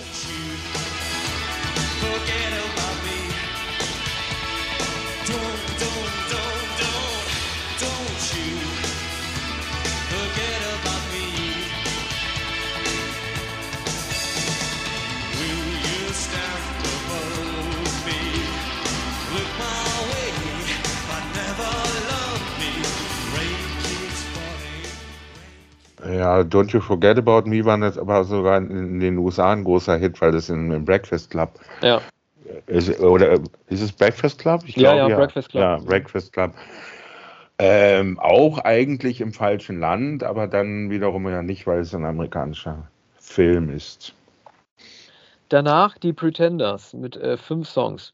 Ja, Don't You Forget About Me war jetzt aber sogar in den USA ein großer Hit, weil das im Breakfast Club. Ja. Ist es Breakfast Club? Ich glaube, ja, Breakfast Club. Ja, Breakfast Club. Auch eigentlich im falschen Land, aber dann wiederum ja nicht, weil es ein amerikanischer Film ist. Danach die Pretenders mit 5 Songs.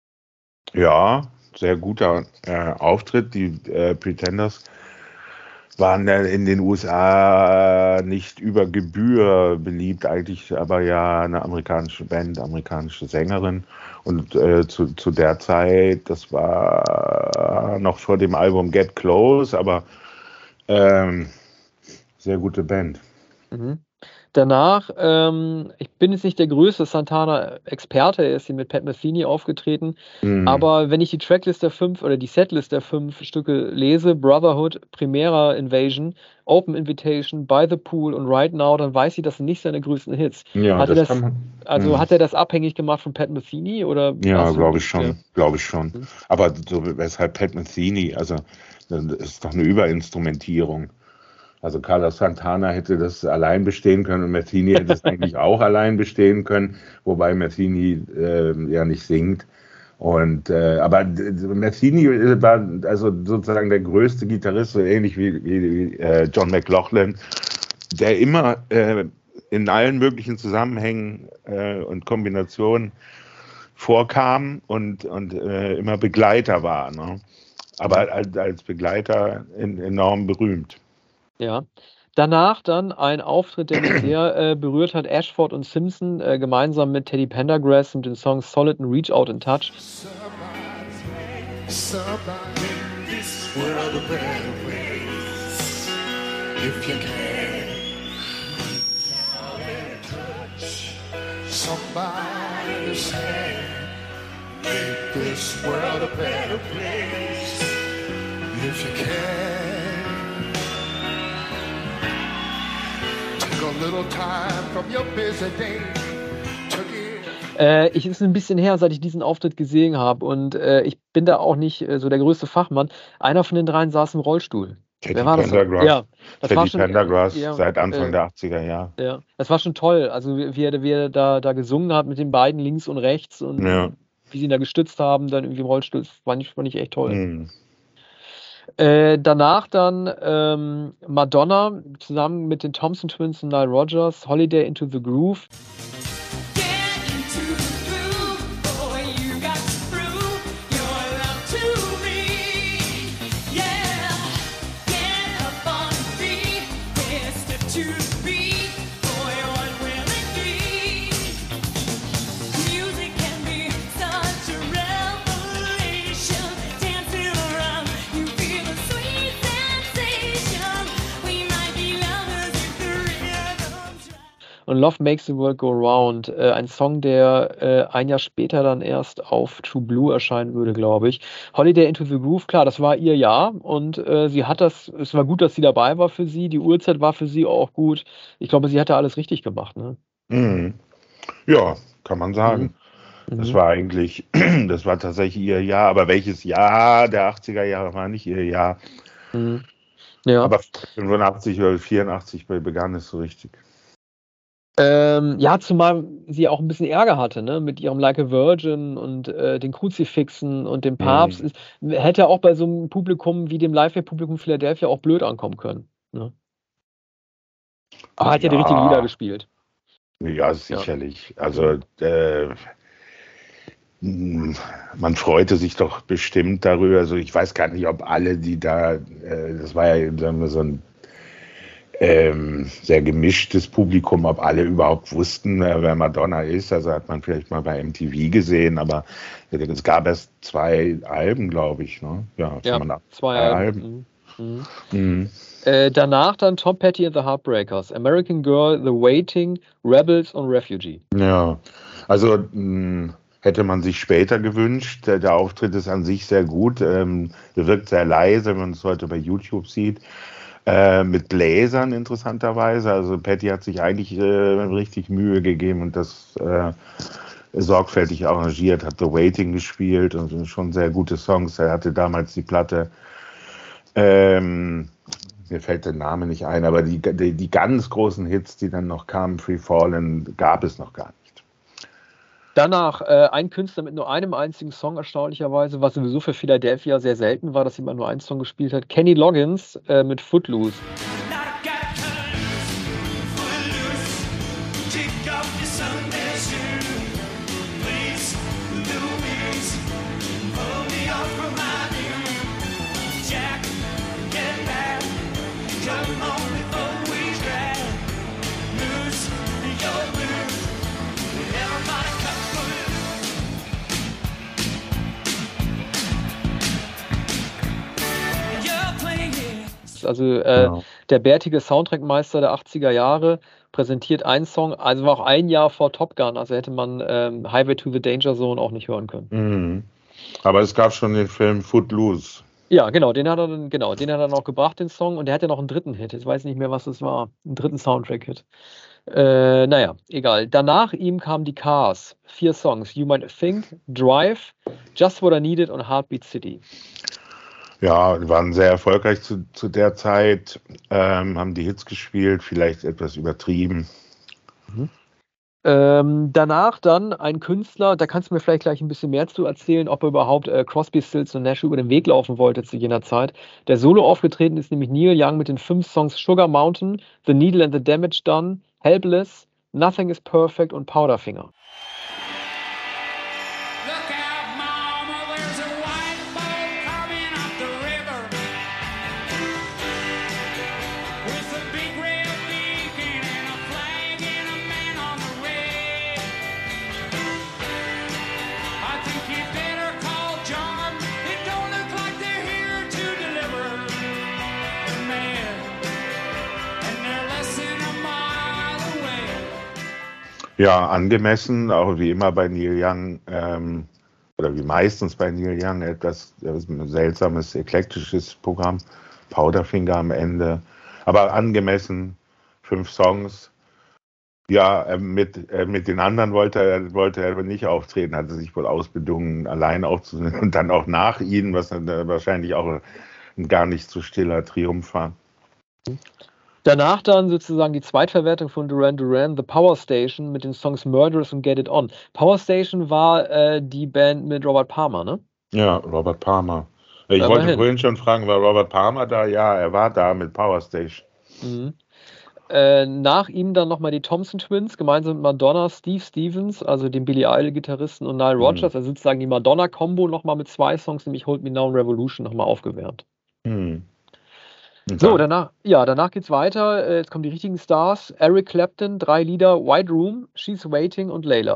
Ja, sehr guter Auftritt. Die Pretenders waren in den USA nicht über Gebühr beliebt, eigentlich aber ja eine amerikanische Band, amerikanische Sängerin. Und zu der Zeit, das war noch vor dem Album Get Close, aber sehr gute Band. Mhm. Danach, ich bin jetzt nicht der größte Santana-Experte, er ist hier mit Pat Metheny aufgetreten, aber wenn ich die Tracklist der 5 oder die Setlist der 5 Stücke lese, Brotherhood, Primera Invasion, Open Invitation, By the Pool und Right Now, dann weiß ich, das sind nicht seine größten Hits. Ja, hat er das abhängig gemacht von Pat Metheny? Oder ja, glaube ich schon. Aber so, weshalb Pat Metheny? Also, das ist doch eine Überinstrumentierung. Also Carlos Santana hätte das allein bestehen können und Metheny hätte es eigentlich auch allein bestehen können, wobei Metheny ja nicht singt. Und aber Metheny war also sozusagen der größte Gitarrist, so ähnlich wie John McLaughlin, der immer in allen möglichen Zusammenhängen und Kombinationen vorkam und immer Begleiter war. Ne? Aber als Begleiter enorm berühmt. Ja. Danach dann ein Auftritt, der mich sehr berührt hat, Ashford und Simpson, gemeinsam mit Teddy Pendergrass mit den Songs Solid und Reach Out and Touch. Somebody in this world a better place. If you can, touch somebody's hand. Make this world a better place. If you can. A little time from your busy day to give. Es ist ein bisschen her, seit ich diesen Auftritt gesehen habe und ich bin da auch nicht so der größte Fachmann. Einer von den dreien saß im Rollstuhl. Wer war das? Ja, Teddy Pendergrass, seit Anfang der 80er Jahre. Ja, das war schon toll. Also wie er da gesungen hat mit den beiden links und rechts und wie sie ihn da gestützt haben, dann irgendwie im Rollstuhl, das fand ich echt toll. Danach dann Madonna zusammen mit den Thompson Twins und Nile Rodgers, Holiday into the Groove. Und Love Makes the World Go Round, ein Song, der ein Jahr später dann erst auf True Blue erscheinen würde, glaube ich. Holiday into the Groove, klar, das war ihr Jahr und sie hat es war gut, dass sie dabei war für sie, die Uhrzeit war für sie auch gut. Ich glaube, sie hatte alles richtig gemacht, ne? Ja, kann man sagen. Das war tatsächlich ihr Jahr, aber welches Jahr der 80er Jahre war nicht ihr Jahr. Ja. Aber 85 oder 84 begann es so richtig. Ja, zumal sie auch ein bisschen Ärger hatte, ne, mit ihrem Like a Virgin und den Kruzifixen und dem Papst. Hätte auch bei so einem Publikum wie dem Live-Publikum Philadelphia auch blöd ankommen können. Ne? Aber hat ja die richtigen Lieder gespielt. Ja, sicherlich. Ja. Also man freute sich doch bestimmt darüber. Also ich weiß gar nicht, ob alle, die da, das war ja sagen wir, so ein sehr gemischtes Publikum, ob alle überhaupt wussten, wer Madonna ist. Also hat man vielleicht mal bei MTV gesehen, aber es gab erst 2 Alben, glaube ich. Ne? Ja, 2 Alben. Danach dann Tom Petty and the Heartbreakers, American Girl, The Waiting, Rebels und Refugee. Ja, also hätte man sich später gewünscht. Der Auftritt ist an sich sehr gut, wirkt sehr leise, wenn man es heute bei YouTube sieht. Mit Gläsern interessanterweise. Also Patty hat sich eigentlich richtig Mühe gegeben und das sorgfältig arrangiert, hat The Waiting gespielt und schon sehr gute Songs. Er hatte damals die Platte, mir fällt der Name nicht ein, aber die ganz großen Hits, die dann noch kamen, Free Fallin', gab es noch gar nicht. Danach ein Künstler mit nur einem einzigen Song, erstaunlicherweise, was sowieso für Philadelphia sehr selten war, dass jemand nur einen Song gespielt hat. Kenny Loggins mit Footloose. Songs. Also der bärtige Soundtrackmeister der 80er Jahre präsentiert einen Song, also war auch ein Jahr vor Top Gun, also hätte man Highway to the Danger Zone auch nicht hören können. Mhm. Aber es gab schon den Film Footloose. Ja, genau, den hat er dann auch gebracht, den Song, und der hat ja noch einen dritten Hit. Ich weiß nicht mehr, was es war. Einen dritten Soundtrack-Hit. Naja, egal. Danach ihm kamen die Cars. 4 Songs. You Might Think, Drive, Just What I Needed und Heartbeat City. Ja, waren sehr erfolgreich zu der Zeit, haben die Hits gespielt, vielleicht etwas übertrieben. Danach dann ein Künstler, da kannst du mir vielleicht gleich ein bisschen mehr zu erzählen, ob er überhaupt Crosby, Stills und Nash über den Weg laufen wollte zu jener Zeit. Der Solo aufgetreten ist nämlich Neil Young mit den 5 Songs Sugar Mountain, The Needle and the Damage Done, Helpless, Nothing is Perfect und Powderfinger. Ja, angemessen, auch wie immer bei Neil Young, oder wie meistens bei Neil Young, etwas seltsames, eklektisches Programm, Powderfinger am Ende, aber angemessen, 5 Songs. Ja, mit den anderen wollte er aber nicht auftreten, hatte sich wohl ausbedungen, allein aufzunehmen und dann auch nach ihnen, was dann wahrscheinlich auch ein gar nicht so stiller Triumph war. Danach dann sozusagen die Zweitverwertung von Duran Duran, The Power Station mit den Songs Murderous und Get It On. Power Station war die Band mit Robert Palmer, ne? Ja, Robert Palmer. Ich wollte vorhin schon fragen, war Robert Palmer da? Ja, er war da mit Power Station. Mhm. Nach ihm dann nochmal die Thompson Twins, gemeinsam mit Madonna, Steve Stevens, also dem Billy Idol-Gitarristen, und Nile Rodgers, also sozusagen die Madonna-Kombo nochmal mit 2 Songs, nämlich Hold Me Now und Revolution, nochmal aufgewärmt. So, danach geht's weiter. Jetzt kommen die richtigen Stars. Eric Clapton, 3 Lieder, White Room, She's Waiting und Layla.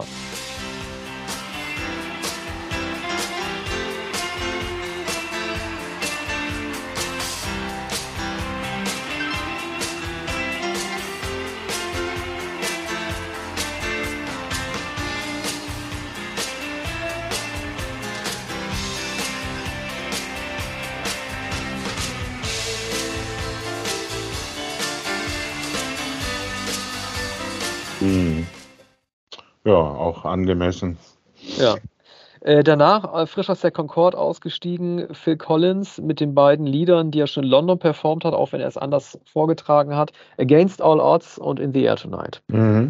Ja, auch angemessen. Ja. Danach frisch aus der Concorde ausgestiegen, Phil Collins mit den beiden Liedern, die er schon in London performt hat, auch wenn er es anders vorgetragen hat, Against All Odds und In the Air Tonight.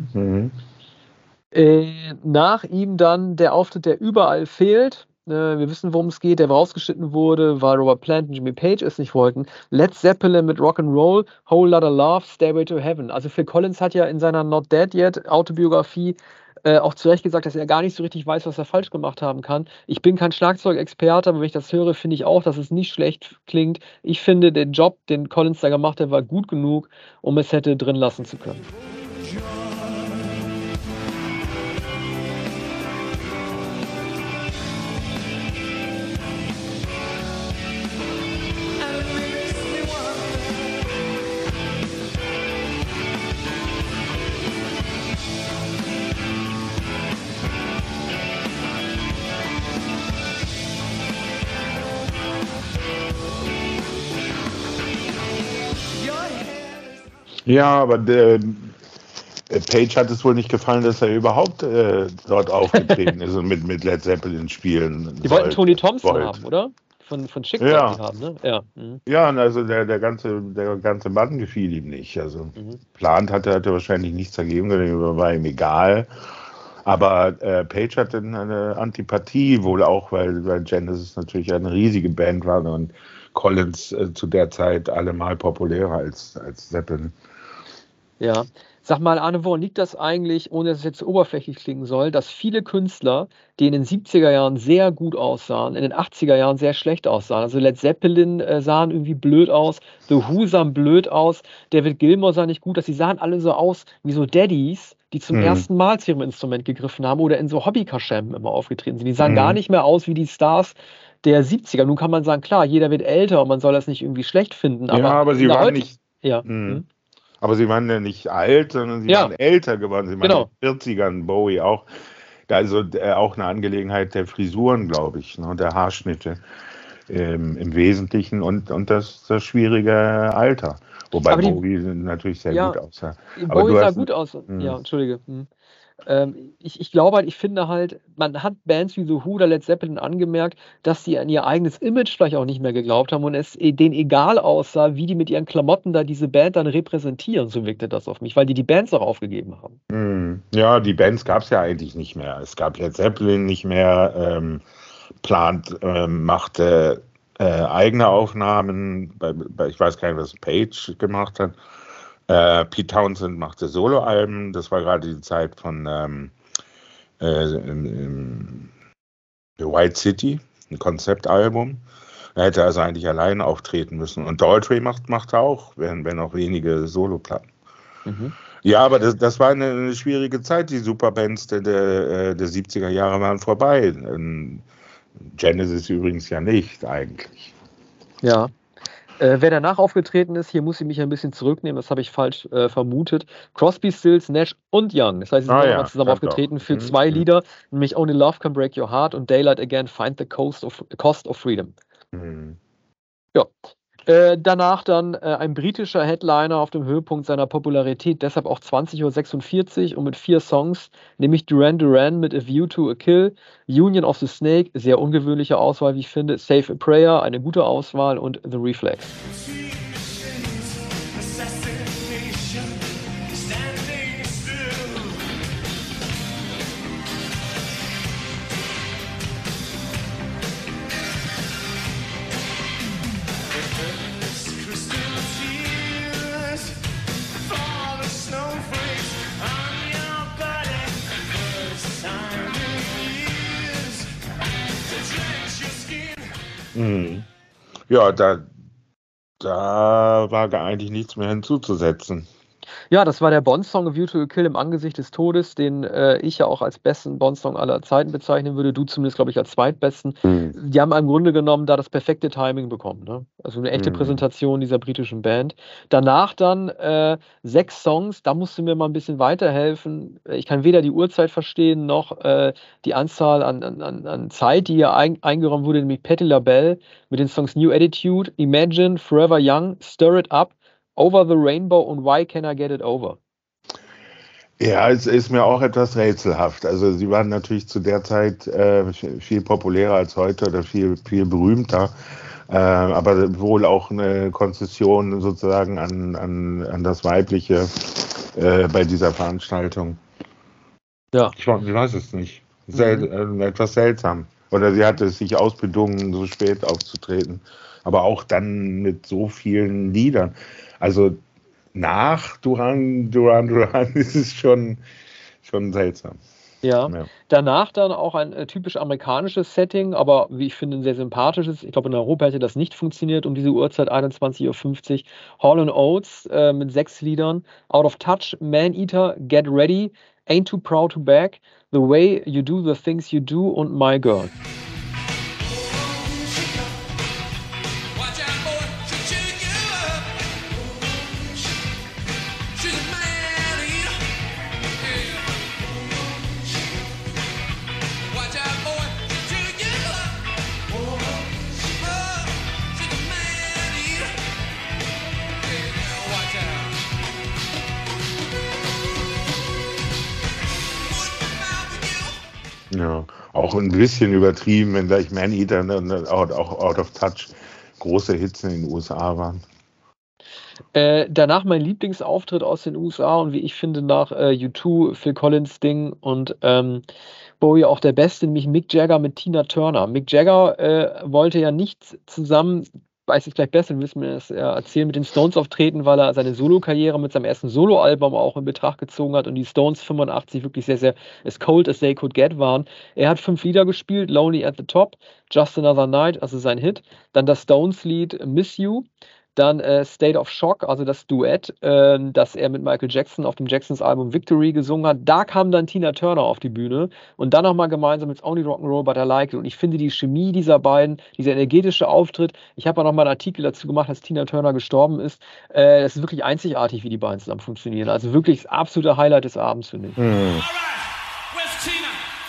Nach ihm dann der Auftritt, der überall fehlt. Wir wissen, worum es geht. Der rausgeschnitten wurde, weil Robert Plant und Jimmy Page es nicht wollten. Led Zeppelin mit Rock'n'Roll, Whole Lotta Love, Stairway to Heaven. Also Phil Collins hat ja in seiner Not Dead Yet Autobiografie auch zu Recht gesagt, dass er gar nicht so richtig weiß, was er falsch gemacht haben kann. Ich bin kein Schlagzeugexperte, aber wenn ich das höre, finde ich auch, dass es nicht schlecht klingt. Ich finde, der Job, den Collins da gemacht hat, war gut genug, um es hätte drin lassen zu können. Ja, aber Page hat es wohl nicht gefallen, dass er überhaupt dort aufgetreten ist und mit Led Zeppelin spielen. Die wollten Tony Thompson haben, oder? Von Chick ja. Haben, ne? Ja. Ja, und also der ganze Mann gefiel ihm nicht. Also Plant hatte wahrscheinlich nichts dagegen, war ihm egal. Aber Page hatte eine Antipathie, wohl auch, weil Genesis natürlich eine riesige Band war und Collins zu der Zeit allemal populärer als Zeppelin. Ja. Sag mal, Arne, woran liegt das eigentlich, ohne dass es jetzt oberflächlich klingen soll, dass viele Künstler, die in den 70er Jahren sehr gut aussahen, in den 80er Jahren sehr schlecht aussahen? Also Led Zeppelin sahen irgendwie blöd aus, The Who sahen blöd aus, David Gilmour sah nicht gut aus, die sahen alle so aus wie so Daddies, die zum ersten Mal zu ihrem Instrument gegriffen haben oder in so Hobbykaschemmen immer aufgetreten sind. Die sahen gar nicht mehr aus wie die Stars, der 70er. Nun kann man sagen, klar, jeder wird älter und man soll das nicht irgendwie schlecht finden. Aber sie waren nicht. Ja. Aber sie waren ja nicht alt, sondern sie waren älter geworden. Sie waren in den 40ern, Bowie auch. Also auch eine Angelegenheit der Frisuren, glaube ich, ne, der Haarschnitte im Wesentlichen und das schwierige Alter. Wobei Bowie natürlich sehr gut aussah. Bowie sah gut aus. Ja, entschuldige. Ich glaube halt, ich finde halt, man hat Bands wie The Who oder Led Zeppelin angemerkt, dass sie an ihr eigenes Image vielleicht auch nicht mehr geglaubt haben und es denen egal aussah, wie die mit ihren Klamotten da diese Band dann repräsentieren. So wirkte das auf mich, weil die Bands auch aufgegeben haben. Ja, die Bands gab es ja eigentlich nicht mehr. Es gab Led Zeppelin nicht mehr. Plant machte eigene Aufnahmen. Ich weiß gar nicht, was Page gemacht hat. Pete Townsend machte Soloalben, das war gerade die Zeit von White City, ein Konzeptalbum. Er hätte also eigentlich allein auftreten müssen. Und Daltrey machte auch, wenn auch wenige Soloplatten. Ja, aber das war eine schwierige Zeit. Die Superbands der 70er Jahre waren vorbei. Genesis übrigens ja nicht eigentlich. Ja. Wer danach aufgetreten ist, hier muss ich mich ein bisschen zurücknehmen, das habe ich falsch vermutet. Crosby, Stills, Nash und Young. Das heißt, sie sind nochmal zusammen aufgetreten für 2 Lieder, nämlich Only Love Can Break Your Heart und Daylight Again, Find the Cost of Freedom. Ja. Danach dann ein britischer Headliner auf dem Höhepunkt seiner Popularität, deshalb auch 20:46 Uhr und mit 4 Songs, nämlich Duran Duran mit A View to a Kill, Union of the Snake, sehr ungewöhnliche Auswahl, wie ich finde, Save a Prayer, eine gute Auswahl und The Reflex. Ja, da war eigentlich nichts mehr hinzuzusetzen. Ja, das war der Bond-Song A View to a Kill im Angesicht des Todes, den ich ja auch als besten Bond-Song aller Zeiten bezeichnen würde. Du zumindest, glaube ich, als zweitbesten. Die haben im Grunde genommen da das perfekte Timing bekommen. Ne? Also eine echte Präsentation dieser britischen Band. Danach dann 6 Songs, da musst du mir mal ein bisschen weiterhelfen. Ich kann weder die Uhrzeit verstehen, noch die Anzahl an Zeit, die hier eingeräumt wurde, nämlich Patti LaBelle mit den Songs New Attitude, Imagine, Forever Young, Stir It Up, Over the Rainbow und Why Can I Get It Over? Ja, es ist mir auch etwas rätselhaft. Also sie waren natürlich zu der Zeit viel populärer als heute oder viel berühmter, aber wohl auch eine Konzession sozusagen an das Weibliche bei dieser Veranstaltung. Ja. Ich weiß es nicht. Etwas seltsam. Oder sie hatte es sich ausbedungen, so spät aufzutreten. Aber auch dann mit so vielen Liedern. Also nach Duran ist es schon seltsam. Ja. Danach dann auch ein typisch amerikanisches Setting, aber wie ich finde, ein sehr sympathisches. Ich glaube, in Europa hätte das nicht funktioniert um diese Uhrzeit, 21:50 Uhr. Hall & Oates mit 6 Liedern. Out of Touch, Man Eater, Get Ready, Ain't Too Proud to Beg, The Way You Do the Things You Do und My Girl. Ja, auch ein bisschen übertrieben, wenn gleich Man Eater und auch Out of Touch große Hits in den USA waren. Danach mein Lieblingsauftritt aus den USA und wie ich finde nach U2, Phil Collins Ding und Bowie auch der Beste, nämlich Mick Jagger mit Tina Turner. Mick Jagger wollte ja nicht zusammen, weiß ich gleich besser, müssen wir das erzählen, mit den Stones auftreten, weil er seine Solo-Karriere mit seinem ersten Soloalbum auch in Betracht gezogen hat und die Stones 85 wirklich sehr, sehr as cold as they could get waren. Er hat 5 Lieder gespielt, Lonely at the Top, Just Another Night, also sein Hit, dann das Stones-Lied Miss You, Dann State of Shock, also das Duett, das er mit Michael Jackson auf dem Jacksons Album Victory gesungen hat. Da kam dann Tina Turner auf die Bühne und dann nochmal gemeinsam mit Only Rock'n'Roll But I Like It. Und ich finde die Chemie dieser beiden, dieser energetische Auftritt, ich habe auch nochmal einen Artikel dazu gemacht, als Tina Turner gestorben ist. Es ist wirklich einzigartig, wie die beiden zusammen funktionieren. Also wirklich das absolute Highlight des Abends, finde ich. Alright, where's Tina?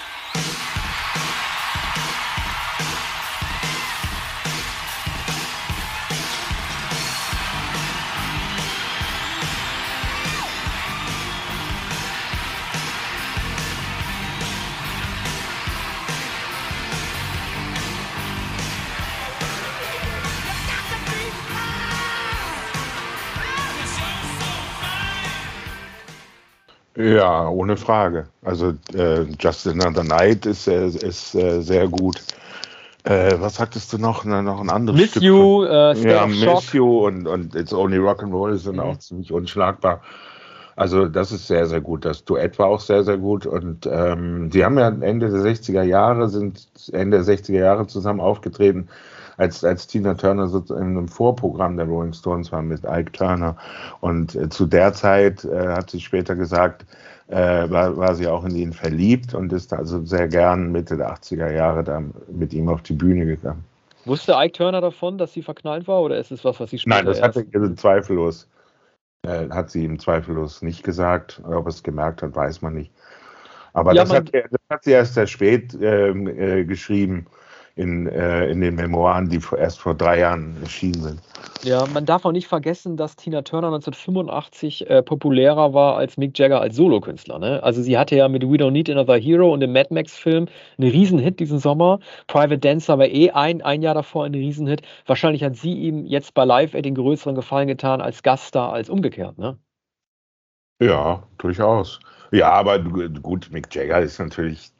Ja, ohne Frage. Also Just Another Night ist sehr gut. Was sagtest du noch? Noch ein anderes Miss Stück. You, State Ja, of Shock. Miss You und It's Only Rock'n'Roll sind auch ziemlich unschlagbar. Also das ist sehr, sehr gut. Das Duett war auch sehr, sehr gut. Und die haben ja Ende der 60er Jahre zusammen aufgetreten, als Tina Turner so in einem Vorprogramm der Rolling Stones war mit Ike Turner. Und zu der Zeit, hat sie später gesagt, war sie auch in ihn verliebt und ist also sehr gern Mitte der 80er Jahre dann mit ihm auf die Bühne gegangen. Wusste Ike Turner davon, dass sie verknallt war, oder ist es was sie später Nein, das hat erst... sie ihm zweifellos nicht gesagt. Ob er es gemerkt hat, weiß man nicht. Aber Ja, das hat sie erst sehr spät geschrieben in den Memoiren, die erst vor 3 Jahren erschienen sind. Ja, man darf auch nicht vergessen, dass Tina Turner 1985 populärer war als Mick Jagger als Solokünstler. Ne? Also sie hatte ja mit We Don't Need Another Hero und dem Mad Max-Film einen Riesenhit diesen Sommer. Private Dancer war ein Jahr davor ein Riesenhit. Wahrscheinlich hat sie ihm jetzt bei Live Aid den größeren Gefallen getan als Gaststar, als umgekehrt. Ne? Ja, durchaus. Ja, aber gut, Mick Jagger ist natürlich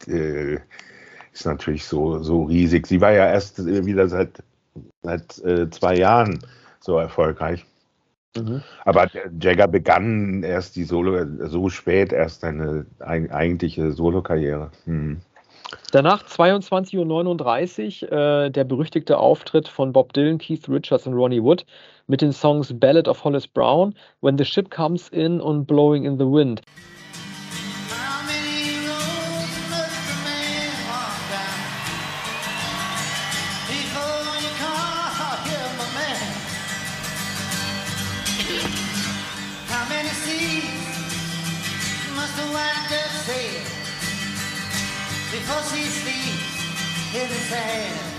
so riesig. Sie war ja erst wieder seit 2 Jahren so erfolgreich. Mhm. Aber Jagger begann erst so spät seine eigentliche Solokarriere. Danach 22:39 Uhr der berüchtigte Auftritt von Bob Dylan, Keith Richards und Ronnie Wood mit den Songs Ballad of Hollis Brown, When the Ship Comes In und Blowing in the Wind. How many roads must a man walk down before you can't hear my man? How many seas must a white dove sail before she sleeps in the sand?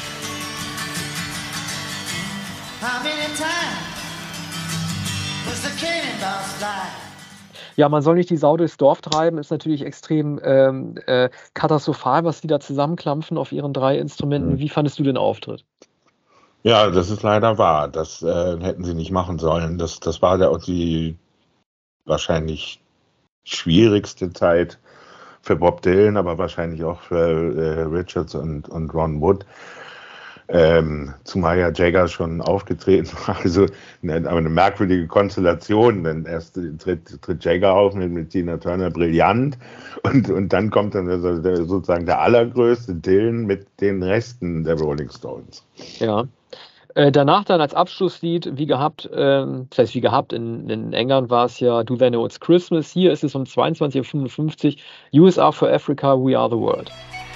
How many times must the cannonballs fly? Ja, man soll nicht die Sau durchs Dorf treiben, ist natürlich extrem katastrophal, was die da zusammenklampfen auf ihren 3 Instrumenten. Wie fandest du den Auftritt? Ja, das ist leider wahr. Das hätten sie nicht machen sollen. Das war die wahrscheinlich schwierigste Zeit für Bob Dylan, aber wahrscheinlich auch für Richards und Ron Wood. Zumal ja Jagger schon aufgetreten war, also aber eine merkwürdige Konstellation, denn erst tritt Jagger auf mit Tina Turner, brillant, und dann kommt dann sozusagen der allergrößte Dylan mit den Resten der Rolling Stones. Ja. Danach dann als Abschlusslied, wie gehabt, in England war es ja Do They Know It's Christmas, hier ist es um 22:55 Uhr, USA for Africa, We Are the World.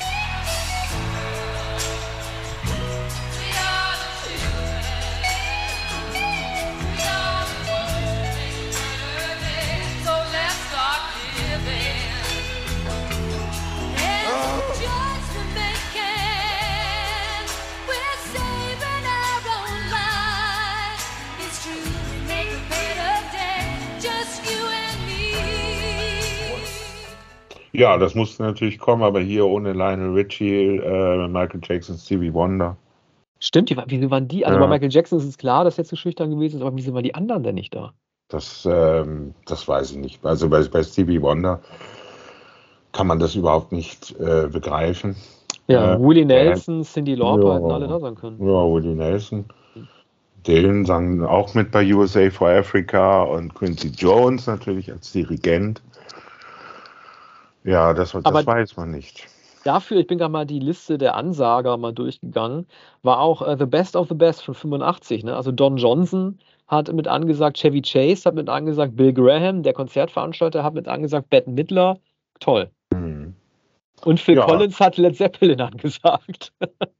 Ja, das musste natürlich kommen, aber hier ohne Lionel Richie, Michael Jackson, Stevie Wonder. Stimmt, wieso waren die? Also bei Michael Jackson ist es klar, dass er zu schüchtern gewesen ist, aber wieso waren die anderen denn nicht da? Das weiß ich nicht. Also bei Stevie Wonder kann man das überhaupt nicht begreifen. Ja, Willie Nelson, Cyndi Lauper hätten alle da sein können. Ja, Willie Nelson. Dylan sang auch mit bei USA for Africa und Quincy Jones natürlich als Dirigent. Ja, das weiß man nicht. Dafür, ich bin gerade mal die Liste der Ansager mal durchgegangen, war auch The Best of the Best von 85. Ne? Also Don Johnson hat mit angesagt, Chevy Chase hat mit angesagt, Bill Graham, der Konzertveranstalter, hat mit angesagt, Bette Midler. Toll. Und Phil Collins hat Led Zeppelin angesagt.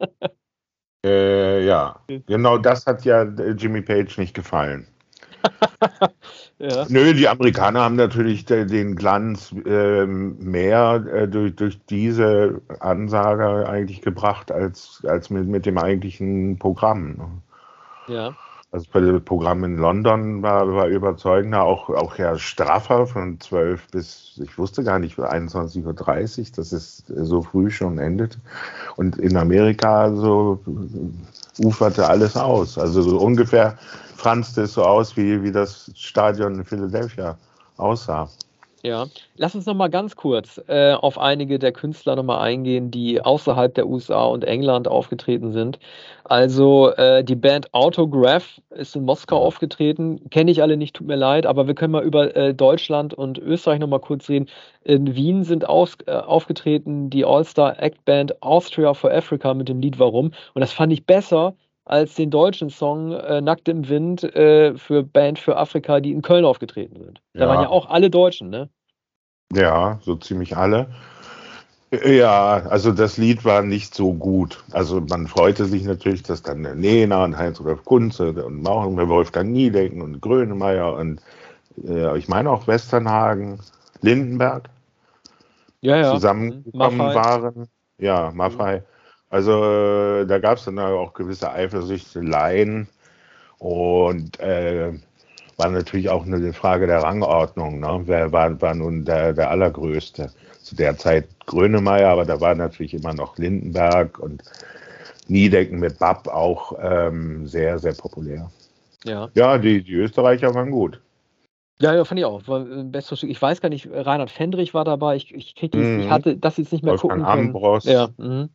Ja, genau das hat ja Jimmy Page nicht gefallen. Ja. Nö, die Amerikaner haben natürlich den Glanz mehr durch diese Ansage eigentlich gebracht, als mit dem eigentlichen Programm. Ne? Ja. Also das Programm in London war überzeugender, auch Herr Straffer von 12 bis, ich wusste gar nicht, 21:30 Uhr, dass es so früh schon endet. Und in Amerika so uferte alles aus. Also so ungefähr franzte es so aus, wie das Stadion in Philadelphia aussah. Ja, lass uns noch mal ganz kurz auf einige der Künstler noch mal eingehen, die außerhalb der USA und England aufgetreten sind. Also die Band Autograph ist in Moskau aufgetreten. Kenne ich alle nicht, tut mir leid, aber wir können mal über Deutschland und Österreich noch mal kurz reden. In Wien sind aufgetreten die All-Star Act Band Austria for Africa mit dem Lied Warum. Und das fand ich besser als den deutschen Song Nackt im Wind für Band für Afrika, die in Köln aufgetreten sind. Da waren ja auch alle Deutschen, ne? Ja, so ziemlich alle. Ja, also das Lied war nicht so gut. Also man freute sich natürlich, dass dann der Nena und Heinz-Rudolf Kunze und Wolfgang Niedecken und Grönemeyer und ich meine auch Westernhagen, Lindenberg zusammengekommen waren. Ja, Maffei. Also da gab es dann auch gewisse Eifersüchteleien und war natürlich auch eine Frage der Rangordnung. Ne? Wer war nun der Allergrößte? Zu der Zeit Grönemeyer, aber da war natürlich immer noch Lindenberg und Niedecken mit Bab auch sehr, sehr populär. Ja, die Österreicher waren gut. Ja, fand ich auch. War ein besseres Stück. Ich weiß gar nicht, Reinhard Fendrich war dabei. Ich hatte das jetzt nicht mehr Wolfgang gucken können. Ambros. Ja,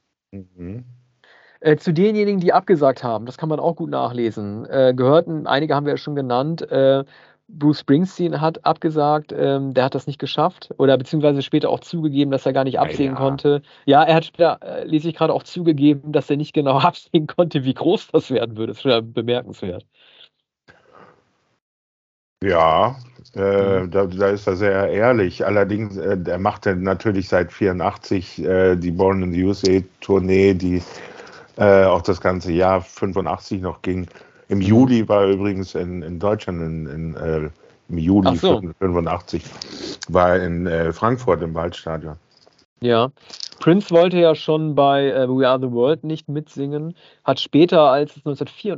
zu denjenigen, die abgesagt haben, das kann man auch gut nachlesen, gehörten, einige haben wir ja schon genannt, Bruce Springsteen hat abgesagt, der hat das nicht geschafft oder beziehungsweise später auch zugegeben, dass er gar nicht absehen konnte. Ja, er hat später, lese ich gerade, auch zugegeben, dass er nicht genau absehen konnte, wie groß das werden würde. Das ist schon bemerkenswert. Ja, da ist er sehr ehrlich. Allerdings, er machte natürlich seit 84 die Born in the USA Tournee, die auch das ganze Jahr 85 noch ging. Im Juli war er übrigens in Deutschland, im Juli 85 war er in Frankfurt im Waldstadion. Ja, Prince wollte ja schon bei We Are the World nicht mitsingen, hat später, als es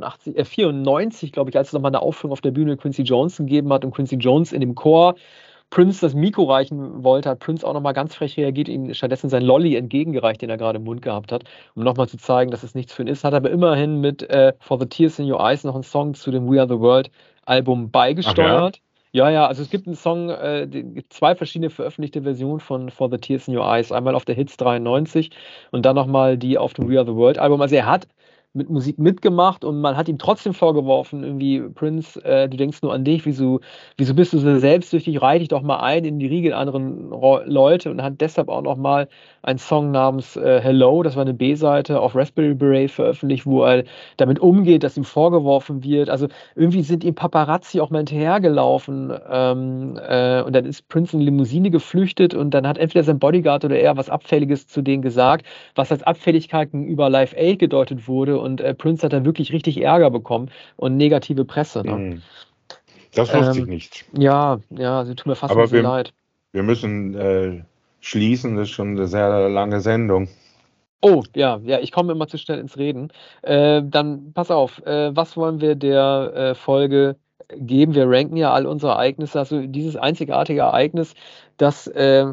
1994, glaube ich, als es nochmal eine Aufführung auf der Bühne Quincy Jones gegeben hat und Quincy Jones in dem Chor Prince das Mikro reichen wollte, hat Prince auch nochmal ganz frech reagiert, ihm stattdessen sein Lolli entgegengereicht, den er gerade im Mund gehabt hat, um nochmal zu zeigen, dass es nichts für ihn ist. Hat aber immerhin mit For the Tears in Your Eyes noch einen Song zu dem We Are the World Album beigesteuert. Ja, also es gibt einen Song, zwei verschiedene veröffentlichte Versionen von For the Tears in Your Eyes. Einmal auf der Hits 93 und dann nochmal die auf dem We Are the World Album. Also er hat mit Musik mitgemacht und man hat ihm trotzdem vorgeworfen, irgendwie, Prince, du denkst nur an dich, wieso bist du so selbstsüchtig, reih dich doch mal ein in die Riege der anderen Leute, und hat deshalb auch nochmal einen Song namens Hello, das war eine B-Seite, auf Raspberry Beret veröffentlicht, wo er damit umgeht, dass ihm vorgeworfen wird, also irgendwie sind ihm Paparazzi auch mal hinterhergelaufen und dann ist Prince in die Limousine geflüchtet und dann hat entweder sein Bodyguard oder er was Abfälliges zu denen gesagt, was als Abfälligkeit gegenüber Live Aid gedeutet wurde. Und Prince hat da wirklich richtig Ärger bekommen und negative Presse. Ne? Das wusste ich nicht. Ja, sie tut mir fast ein bisschen leid. Wir müssen schließen, das ist schon eine sehr lange Sendung. Oh, ja, ich komme immer zu schnell ins Reden. Dann pass auf, was wollen wir der Folge geben? Wir ranken ja all unsere Ereignisse, also dieses einzigartige Ereignis, das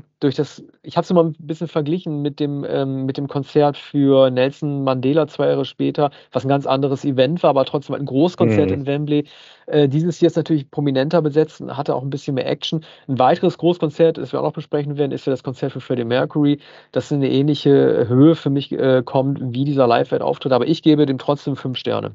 ich habe es mal ein bisschen verglichen mit dem Konzert für Nelson Mandela 2 Jahre später, was ein ganz anderes Event war, aber trotzdem ein Großkonzert in Wembley. Dieses hier ist natürlich prominenter besetzt und hatte auch ein bisschen mehr Action. Ein weiteres Großkonzert, das wir auch noch besprechen werden, ist für das Konzert für Freddie Mercury, das in eine ähnliche Höhe für mich kommt wie dieser Live-Auftritt, aber ich gebe dem trotzdem 5 Sterne.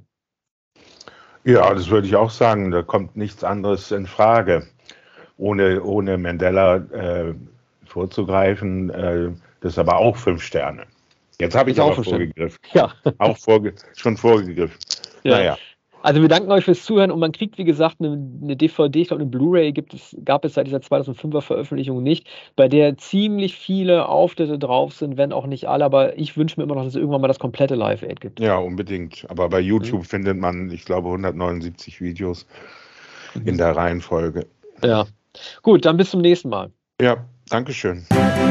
Ja, das würde ich auch sagen. Da kommt nichts anderes in Frage. Ohne Mandela vorzugreifen, Das ist aber auch 5 Sterne. Jetzt habe ich auch vorgegriffen. Ja. Schon vorgegriffen. Ja. Naja. Also wir danken euch fürs Zuhören und man kriegt, wie gesagt, eine DVD, ich glaube eine Blu-ray gab es seit dieser 2005er Veröffentlichung nicht, bei der ziemlich viele Auftritte drauf sind, wenn auch nicht alle, aber ich wünsche mir immer noch, dass es irgendwann mal das komplette Live-Aid gibt. Ja, unbedingt. Aber bei YouTube findet man, ich glaube, 179 Videos in der Reihenfolge. Ja. Gut, dann bis zum nächsten Mal. Ja, Dankeschön.